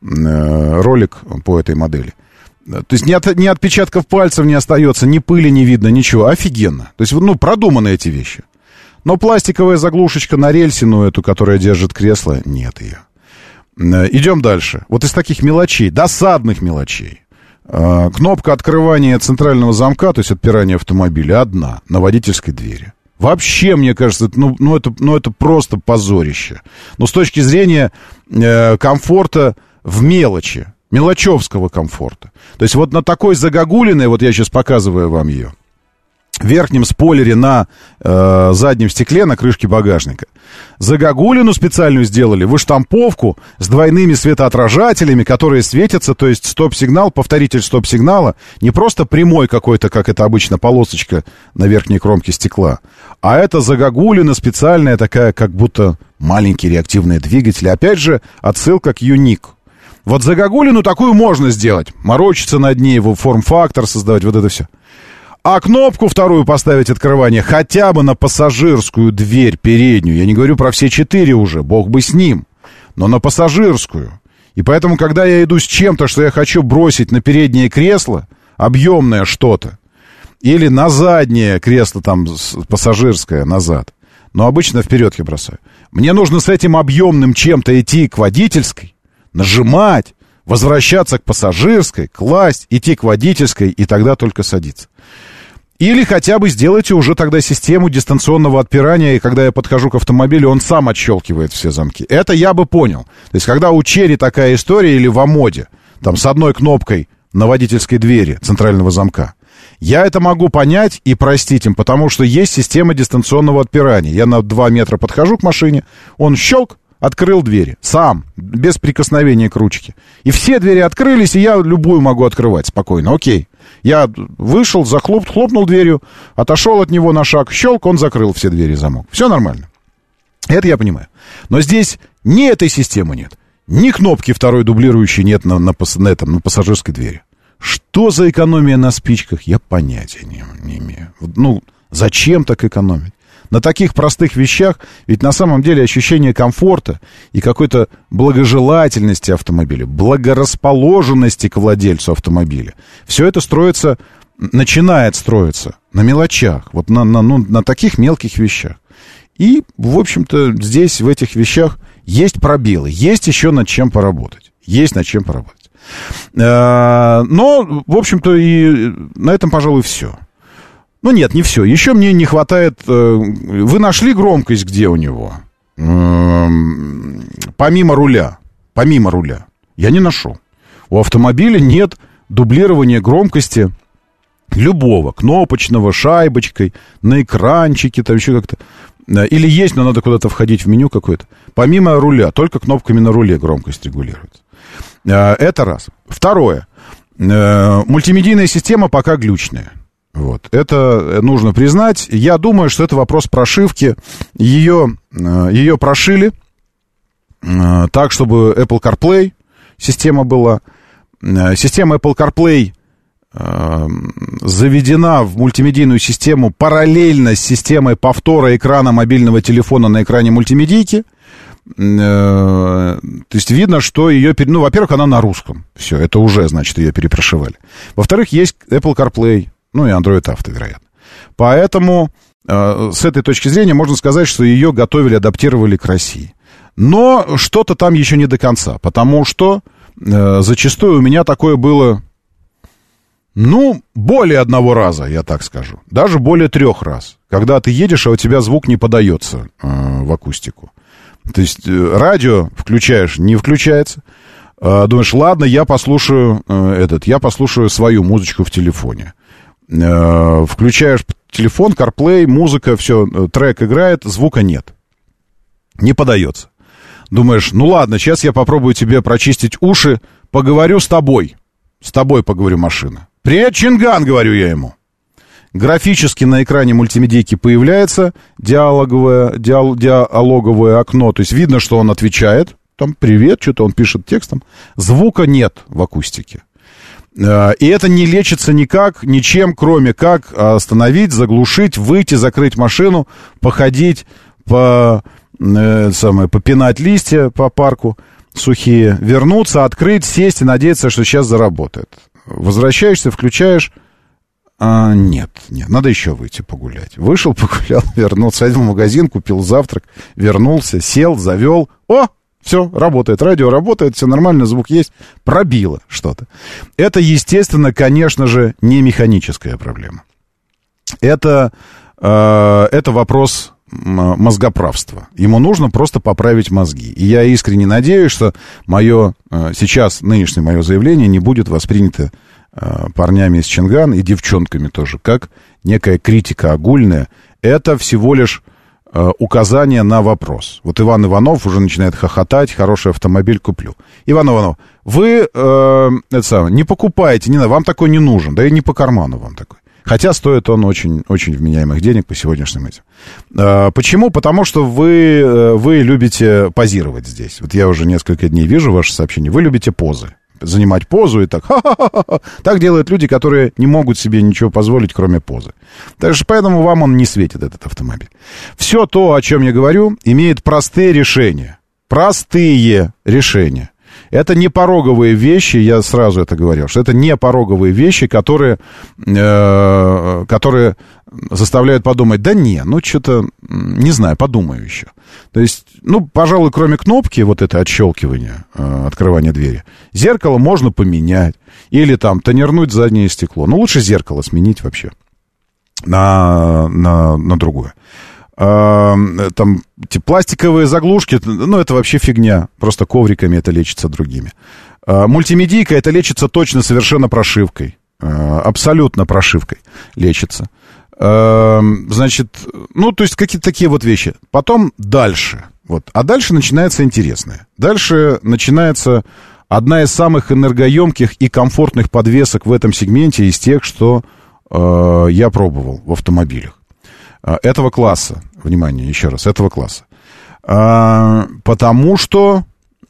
э, ролик по этой модели. То есть ни, от, ни отпечатков пальцев не остается, ни пыли не видно, ничего. Офигенно. То есть, ну, продуманы эти вещи. Но пластиковая заглушечка на рельсе, ну, эту, которая держит кресло, нет ее. Идем дальше. Вот из таких мелочей, досадных мелочей. Кнопка открывания центрального замка, то есть отпирания автомобиля, одна, на водительской двери. Вообще, мне кажется, ну, ну, это, ну это просто позорище. Но с точки зрения э, комфорта в мелочи, мелочевского комфорта. То есть вот на такой загогулиной, вот я сейчас показываю вам ее, в верхнем спойлере на э, заднем стекле, на крышке багажника, загогулину специальную сделали, выштамповку с двойными светоотражателями, которые светятся, то есть стоп-сигнал, повторитель стоп-сигнала, не просто прямой какой-то, как это обычно, полосочка на верхней кромке стекла, а это загогулина специальная такая, как будто маленькие реактивные двигатели. Опять же, отсылка к Юник. Вот загогулину такую можно сделать, морочиться над ней, его форм-фактор создавать, вот это все. А кнопку вторую поставить открывание хотя бы на пассажирскую дверь переднюю. Я не говорю про все четыре уже, бог бы с ним. Но на пассажирскую. И поэтому, когда я иду с чем-то, что я хочу бросить на переднее кресло, объемное что-то, или на заднее кресло, там, пассажирское, назад, но обычно вперед я бросаю. Мне нужно с этим объемным чем-то идти к водительской, нажимать, возвращаться к пассажирской, класть, идти к водительской, и тогда только садиться. Или хотя бы сделайте уже тогда систему дистанционного отпирания, и когда я подхожу к автомобилю, он сам отщелкивает все замки. Это я бы понял. То есть, когда у Черри такая история, или в Амоде, там, с одной кнопкой на водительской двери центрального замка, я это могу понять и простить им, потому что есть система дистанционного отпирания. Я на два метра подхожу к машине, он щелк, открыл двери. Сам, без прикосновения к ручке. И все двери открылись, и я любую могу открывать спокойно. Окей. Я вышел, захлоп, хлопнул дверью, отошел от него на шаг, щелк, он закрыл все двери, замок. Все нормально. Это я понимаю. Но здесь ни этой системы нет, ни кнопки второй дублирующей нет на, на, на, этом, на пассажирской двери. Что за экономия на спичках, я понятия не, не имею. Ну, зачем так экономить? На таких простых вещах, ведь на самом деле ощущение комфорта и какой-то благожелательности автомобиля, благорасположенности к владельцу автомобиля, все это строится, начинает строиться на мелочах, вот на, на, ну, на таких мелких вещах. И, в общем-то, здесь, в этих вещах, есть пробелы, есть еще над чем поработать. Есть над чем поработать. Но, в общем-то, и на этом, пожалуй, все. Ну, нет, не все. Еще мне не хватает... Вы нашли громкость где у него? Помимо руля. Помимо руля. Я не нашел. У автомобиля нет дублирования громкости любого. Кнопочного, шайбочкой, на экранчике, там еще как-то. Или есть, но надо куда-то входить в меню какое-то. Помимо руля. Только кнопками на руле громкость регулируется. Это раз. Второе. Мультимедийная система пока глючная. Вот. Это нужно признать. Я думаю, что это вопрос прошивки. Ее, ее прошили так, чтобы Apple CarPlay система была. Система Apple CarPlay заведена в мультимедийную систему параллельно с системой повтора экрана мобильного телефона на экране мультимедийки. То есть видно, что ее... Ну, во-первых, она на русском. Все, это уже, значит, ее перепрошивали. Во-вторых, есть Apple CarPlay. Ну, и Android Auto, вероятно. Поэтому э, с этой точки зрения можно сказать, что ее готовили, адаптировали к России. Но что-то там еще не до конца, потому что э, зачастую у меня такое было, ну, более одного раза, я так скажу. Даже более трех раз. Когда ты едешь, а у тебя звук не подается э, в акустику. То есть э, радио включаешь, не включается. Э, думаешь, ладно, я послушаю э, этот, я послушаю свою музычку в телефоне. Включаешь телефон, CarPlay, музыка, все, трек играет, звука нет. Не подается. Думаешь, ну ладно, сейчас я попробую тебе прочистить уши, поговорю с тобой. С тобой поговорю, машина. Привет, Чинган, говорю я ему. Графически на экране мультимедийки появляется диалоговое, диал, диалоговое окно. То есть видно, что он отвечает. Там привет, что-то он пишет текстом. Звука нет в акустике. И это не лечится никак, ничем, кроме как остановить, заглушить, выйти, закрыть машину, походить, по, э, самое, попинать листья по парку сухие, вернуться, открыть, сесть и надеяться, что сейчас заработает. Возвращаешься, включаешь. А, нет, нет, надо еще выйти погулять. Вышел, погулял, вернулся, сходил в магазин, купил завтрак, вернулся, сел, завел. О, все, работает, радио работает, все нормально, звук есть. Пробило что-то. Это, естественно, конечно же, не механическая проблема. Это, э, это вопрос мозгоправства. Ему нужно просто поправить мозги. И я искренне надеюсь, что мое, э, сейчас нынешнее мое заявление не будет воспринято парнями из Чинган и девчонками тоже, как некая критика огульная. Это всего лишь э, указание на вопрос. Вот Иван Иванов уже начинает хохотать, хороший автомобиль куплю. Иван Иванов, вы э, это самое, не покупаете, не надо, вам такой не нужен, да и не по карману вам такой. Хотя стоит он очень, очень вменяемых денег по сегодняшним этим. Э, почему? Потому что вы, вы любите позировать здесь. Вот я уже несколько дней вижу ваше сообщение. Вы любите позы. Занимать позу и так. Ха-ха-ха-ха. Так делают люди, которые не могут себе ничего позволить, кроме позы. Так что поэтому вам он не светит, этот автомобиль. Все то, о чем я говорю, имеет простые решения. Простые решения. Это не пороговые вещи, я сразу это говорил, что это не пороговые вещи, которые, э, которые заставляют подумать, да не, ну что-то, не знаю, подумаю еще. То есть, ну, пожалуй, кроме кнопки, вот это отщелкивание, э, открывание двери, зеркало можно поменять, или там тонирнуть заднее стекло. Ну, лучше зеркало сменить вообще на, на, на другое. Там эти пластиковые заглушки, ну, это вообще фигня. Просто ковриками это лечится другими. Мультимедийка это лечится точно совершенно прошивкой. Абсолютно прошивкой лечится. Значит, ну, то есть какие-то такие вот вещи. Потом дальше. Вот. А дальше начинается интересное. Дальше начинается одна из самых энергоемких и комфортных подвесок в этом сегменте из тех, что э, я пробовал в автомобилях. Этого класса, внимание, еще раз, этого класса. А, потому что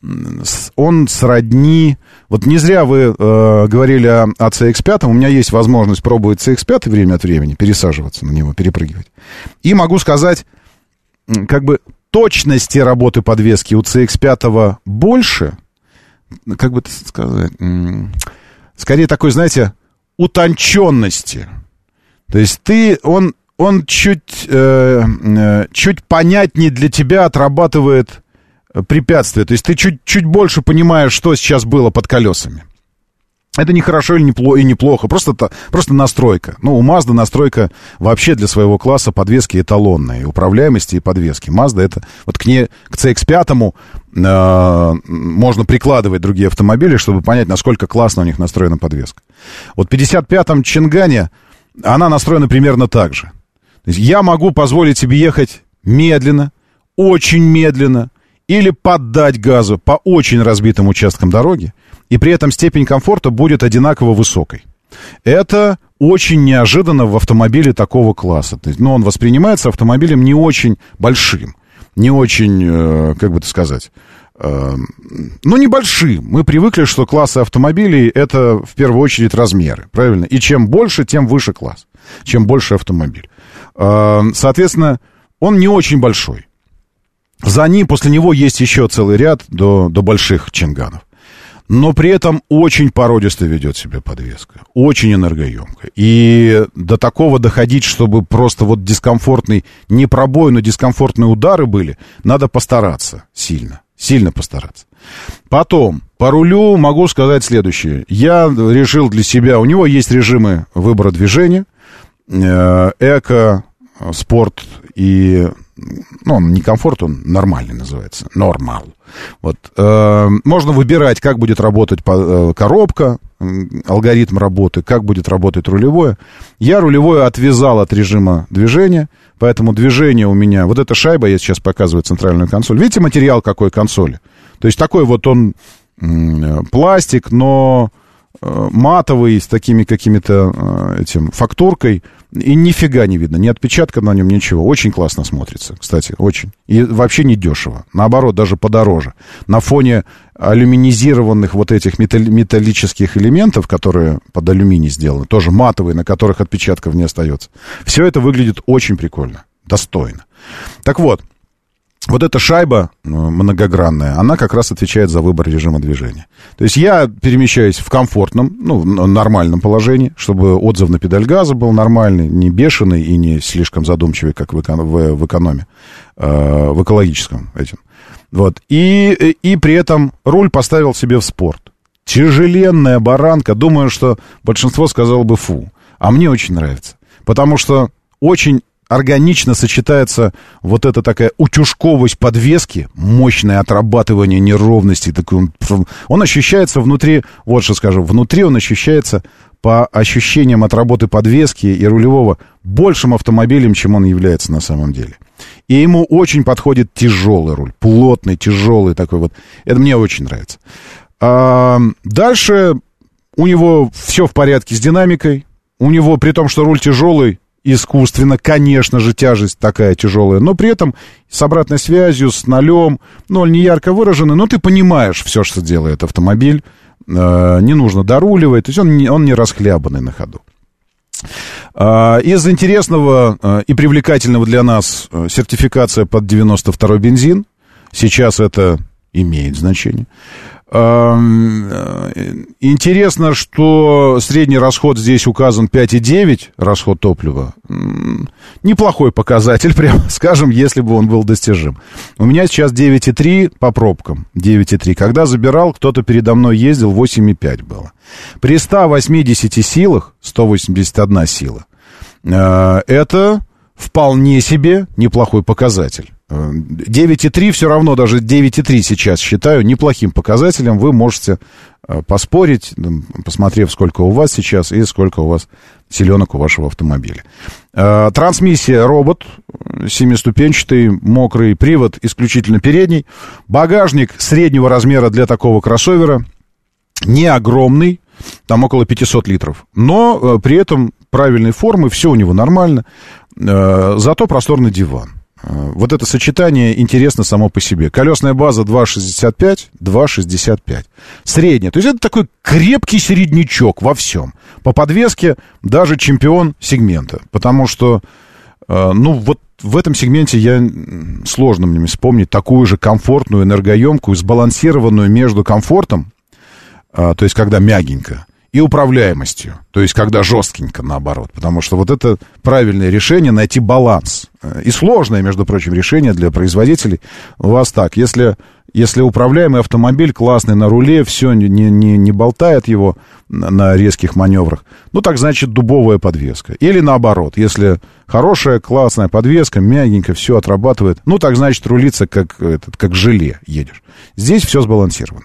он сродни... Вот не зря вы э, говорили о, о си икс пять, у меня есть возможность пробовать си икс пять время от времени, пересаживаться на него, перепрыгивать. И могу сказать, как бы точности работы подвески у си икс пять больше, как бы это сказать, скорее такой, знаете, утонченности. То есть ты, он... он чуть, э, э, чуть понятнее для тебя отрабатывает препятствия. То есть ты чуть, чуть больше понимаешь, что сейчас было под колесами. Это не хорошо или неплохо, и неплохо, просто, просто настройка. Ну, у Mazda настройка вообще для своего класса подвески эталонная. И управляемости, и подвески. Mazda это... Вот к, не, к си икс пять э, можно прикладывать другие автомобили, чтобы понять, насколько классно у них настроена подвеска. Вот в пятьдесят пятом Чингане она настроена примерно так же. То есть я могу позволить себе ехать медленно, очень медленно, или поддать газу по очень разбитым участкам дороги, и при этом степень комфорта будет одинаково высокой. Это очень неожиданно в автомобиле такого класса. То есть, ну, он воспринимается автомобилем не очень большим, не очень, э, как бы это сказать, э, ну, небольшим. Мы привыкли, что классы автомобилей — это в первую очередь размеры, правильно? И чем больше, тем выше класс, чем больше автомобиль. Соответственно, он не очень большой. За ним, после него есть еще целый ряд до, до больших Чинганов. Но при этом очень породисто ведет себя подвеска. Очень энергоемко. И до такого доходить, чтобы просто вот дискомфортный, не пробой, но дискомфортные удары были, надо постараться сильно. Сильно постараться. Потом, по рулю могу сказать следующее. Я решил для себя, у него есть режимы выбора движения. Эко, спорт и... Ну, он не комфорт, он нормальный называется. Нормал. Вот. Э, можно выбирать, как будет работать по, э, коробка, э, алгоритм работы, как будет работать рулевое. Я рулевое отвязал от режима движения, поэтому движение у меня... Вот эта шайба, я сейчас показываю центральную консоль. Видите материал какой консоли? То есть такой вот он м- пластик, но э, матовый, с такими какими-то э, этим фактуркой. И нифига не видно, ни отпечатка на нем, ничего. Очень классно смотрится, кстати, очень. И вообще не дешево. Наоборот, даже подороже. На фоне алюминизированных вот этих металл- металлических элементов, которые под алюминий сделаны, тоже матовые, на которых отпечатков не остается. Все это выглядит очень прикольно, достойно. Так вот, вот эта шайба многогранная, она как раз отвечает за выбор режима движения. То есть я перемещаюсь в комфортном, ну, нормальном положении, чтобы отзыв на педаль газа был нормальный, не бешеный и не слишком задумчивый, как в, эко- в, в экономе, э, в экологическом этим. Вот. И, и при этом руль поставил себе в спорт. Тяжеленная баранка. Думаю, что большинство сказало бы фу. А мне очень нравится. Потому что очень органично сочетается вот эта такая утюжковость подвески, мощное отрабатывание неровностей. Такой он, он ощущается внутри, вот что скажу, внутри он ощущается по ощущениям от работы подвески и рулевого большим автомобилем, чем он является на самом деле. И ему очень подходит тяжелый руль, плотный, тяжелый такой вот. Это мне очень нравится. А дальше у него все в порядке с динамикой. У него, при том, что руль тяжелый, искусственно, конечно же, тяжесть такая тяжелая, но при этом с обратной связью, с нолем, ноль не ярко выраженный, но ты понимаешь все, что делает автомобиль, э, не нужно доруливать, то есть он не, он не расхлябанный на ходу. Э, из интересного э, и привлекательного для нас э, сертификация под девяносто второй бензин, сейчас это имеет значение. Интересно, что средний расход здесь указан пять и девять, расход топлива. Неплохой показатель, прямо скажем, если бы он был достижим. У меня сейчас девять и три по пробкам. девять и три. Когда забирал, кто-то передо мной ездил, восемь и пять было. При ста восьмидесяти силах, сто восемьдесят одна сила, это вполне себе неплохой показатель. девять и три все равно, даже девять и три сейчас считаю неплохим показателем. Вы можете поспорить, посмотрев, сколько у вас сейчас и сколько у вас силенок у вашего автомобиля. Трансмиссия робот, семиступенчатый, мокрый, привод исключительно передний. Багажник среднего размера для такого кроссовера, не огромный, там около пятьсот литров, но при этом правильной формы, все у него нормально, зато просторный диван. Вот это сочетание интересно само по себе. Колесная база два шестьдесят пять, два шестьдесят пять. Средняя. То есть это такой крепкий середнячок во всем. По подвеске даже чемпион сегмента. Потому что, ну, вот в этом сегменте я сложно мне вспомнить такую же комфортную, энергоемкую, сбалансированную между комфортом, то есть когда мягенько, и управляемостью, то есть когда жесткенько, наоборот. Потому что вот это правильное решение, найти баланс. И сложное, между прочим, решение для производителей у вас так. Если, если управляемый автомобиль классный на руле, все не, не, не болтает его на резких маневрах, ну так значит дубовая подвеска. Или наоборот, если хорошая, классная подвеска, мягенько, все отрабатывает, ну так значит рулиться как, этот, как желе едешь. Здесь все сбалансировано.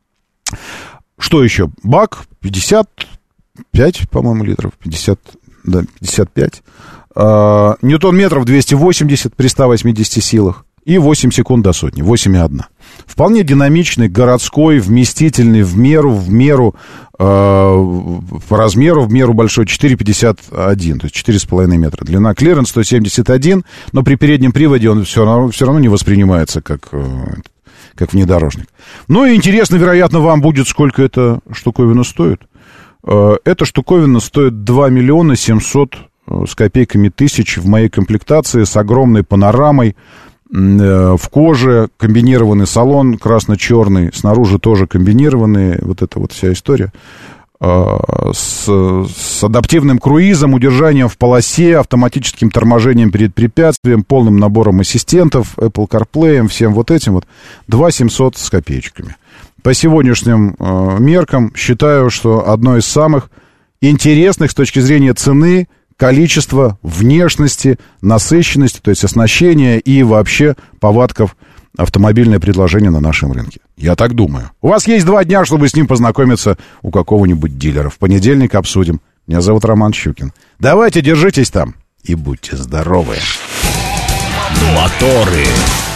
Что еще? Бак пятьдесят пять, по-моему, литров. пятьдесят, да, пятьдесят пять. А, ньютон-метров двести восемьдесят при ста восьмидесяти силах. И восемь секунд до сотни. восемь и одна. Вполне динамичный, городской, вместительный, в меру, в меру, э, по размеру, в меру большой, четыре пятьдесят один, то есть четыре с половиной метра. Длина, клиренс сто семьдесят один, но при переднем приводе он все равно, все равно не воспринимается как... Э, как внедорожник. Ну и интересно, вероятно, вам будет, сколько эта штуковина стоит. Эта штуковина стоит два миллиона семьсот с копейками тысяч в моей комплектации с огромной панорамой, в коже, комбинированный салон красно-черный, снаружи тоже комбинированный, вот эта вот вся история. С, с адаптивным круизом, удержанием в полосе, автоматическим торможением перед препятствием, полным набором ассистентов, Apple CarPlay, всем вот этим вот, два семьсот с копеечками. По сегодняшним э, меркам считаю, что одно из самых интересных с точки зрения цены, количества, внешности, насыщенности, то есть оснащения и вообще повадков автомобильное предложение на нашем рынке. Я так думаю. У вас есть два дня, чтобы с ним познакомиться у какого-нибудь дилера. В понедельник обсудим. Меня зовут Роман Щукин. Давайте, держитесь там и будьте здоровы. Моторы.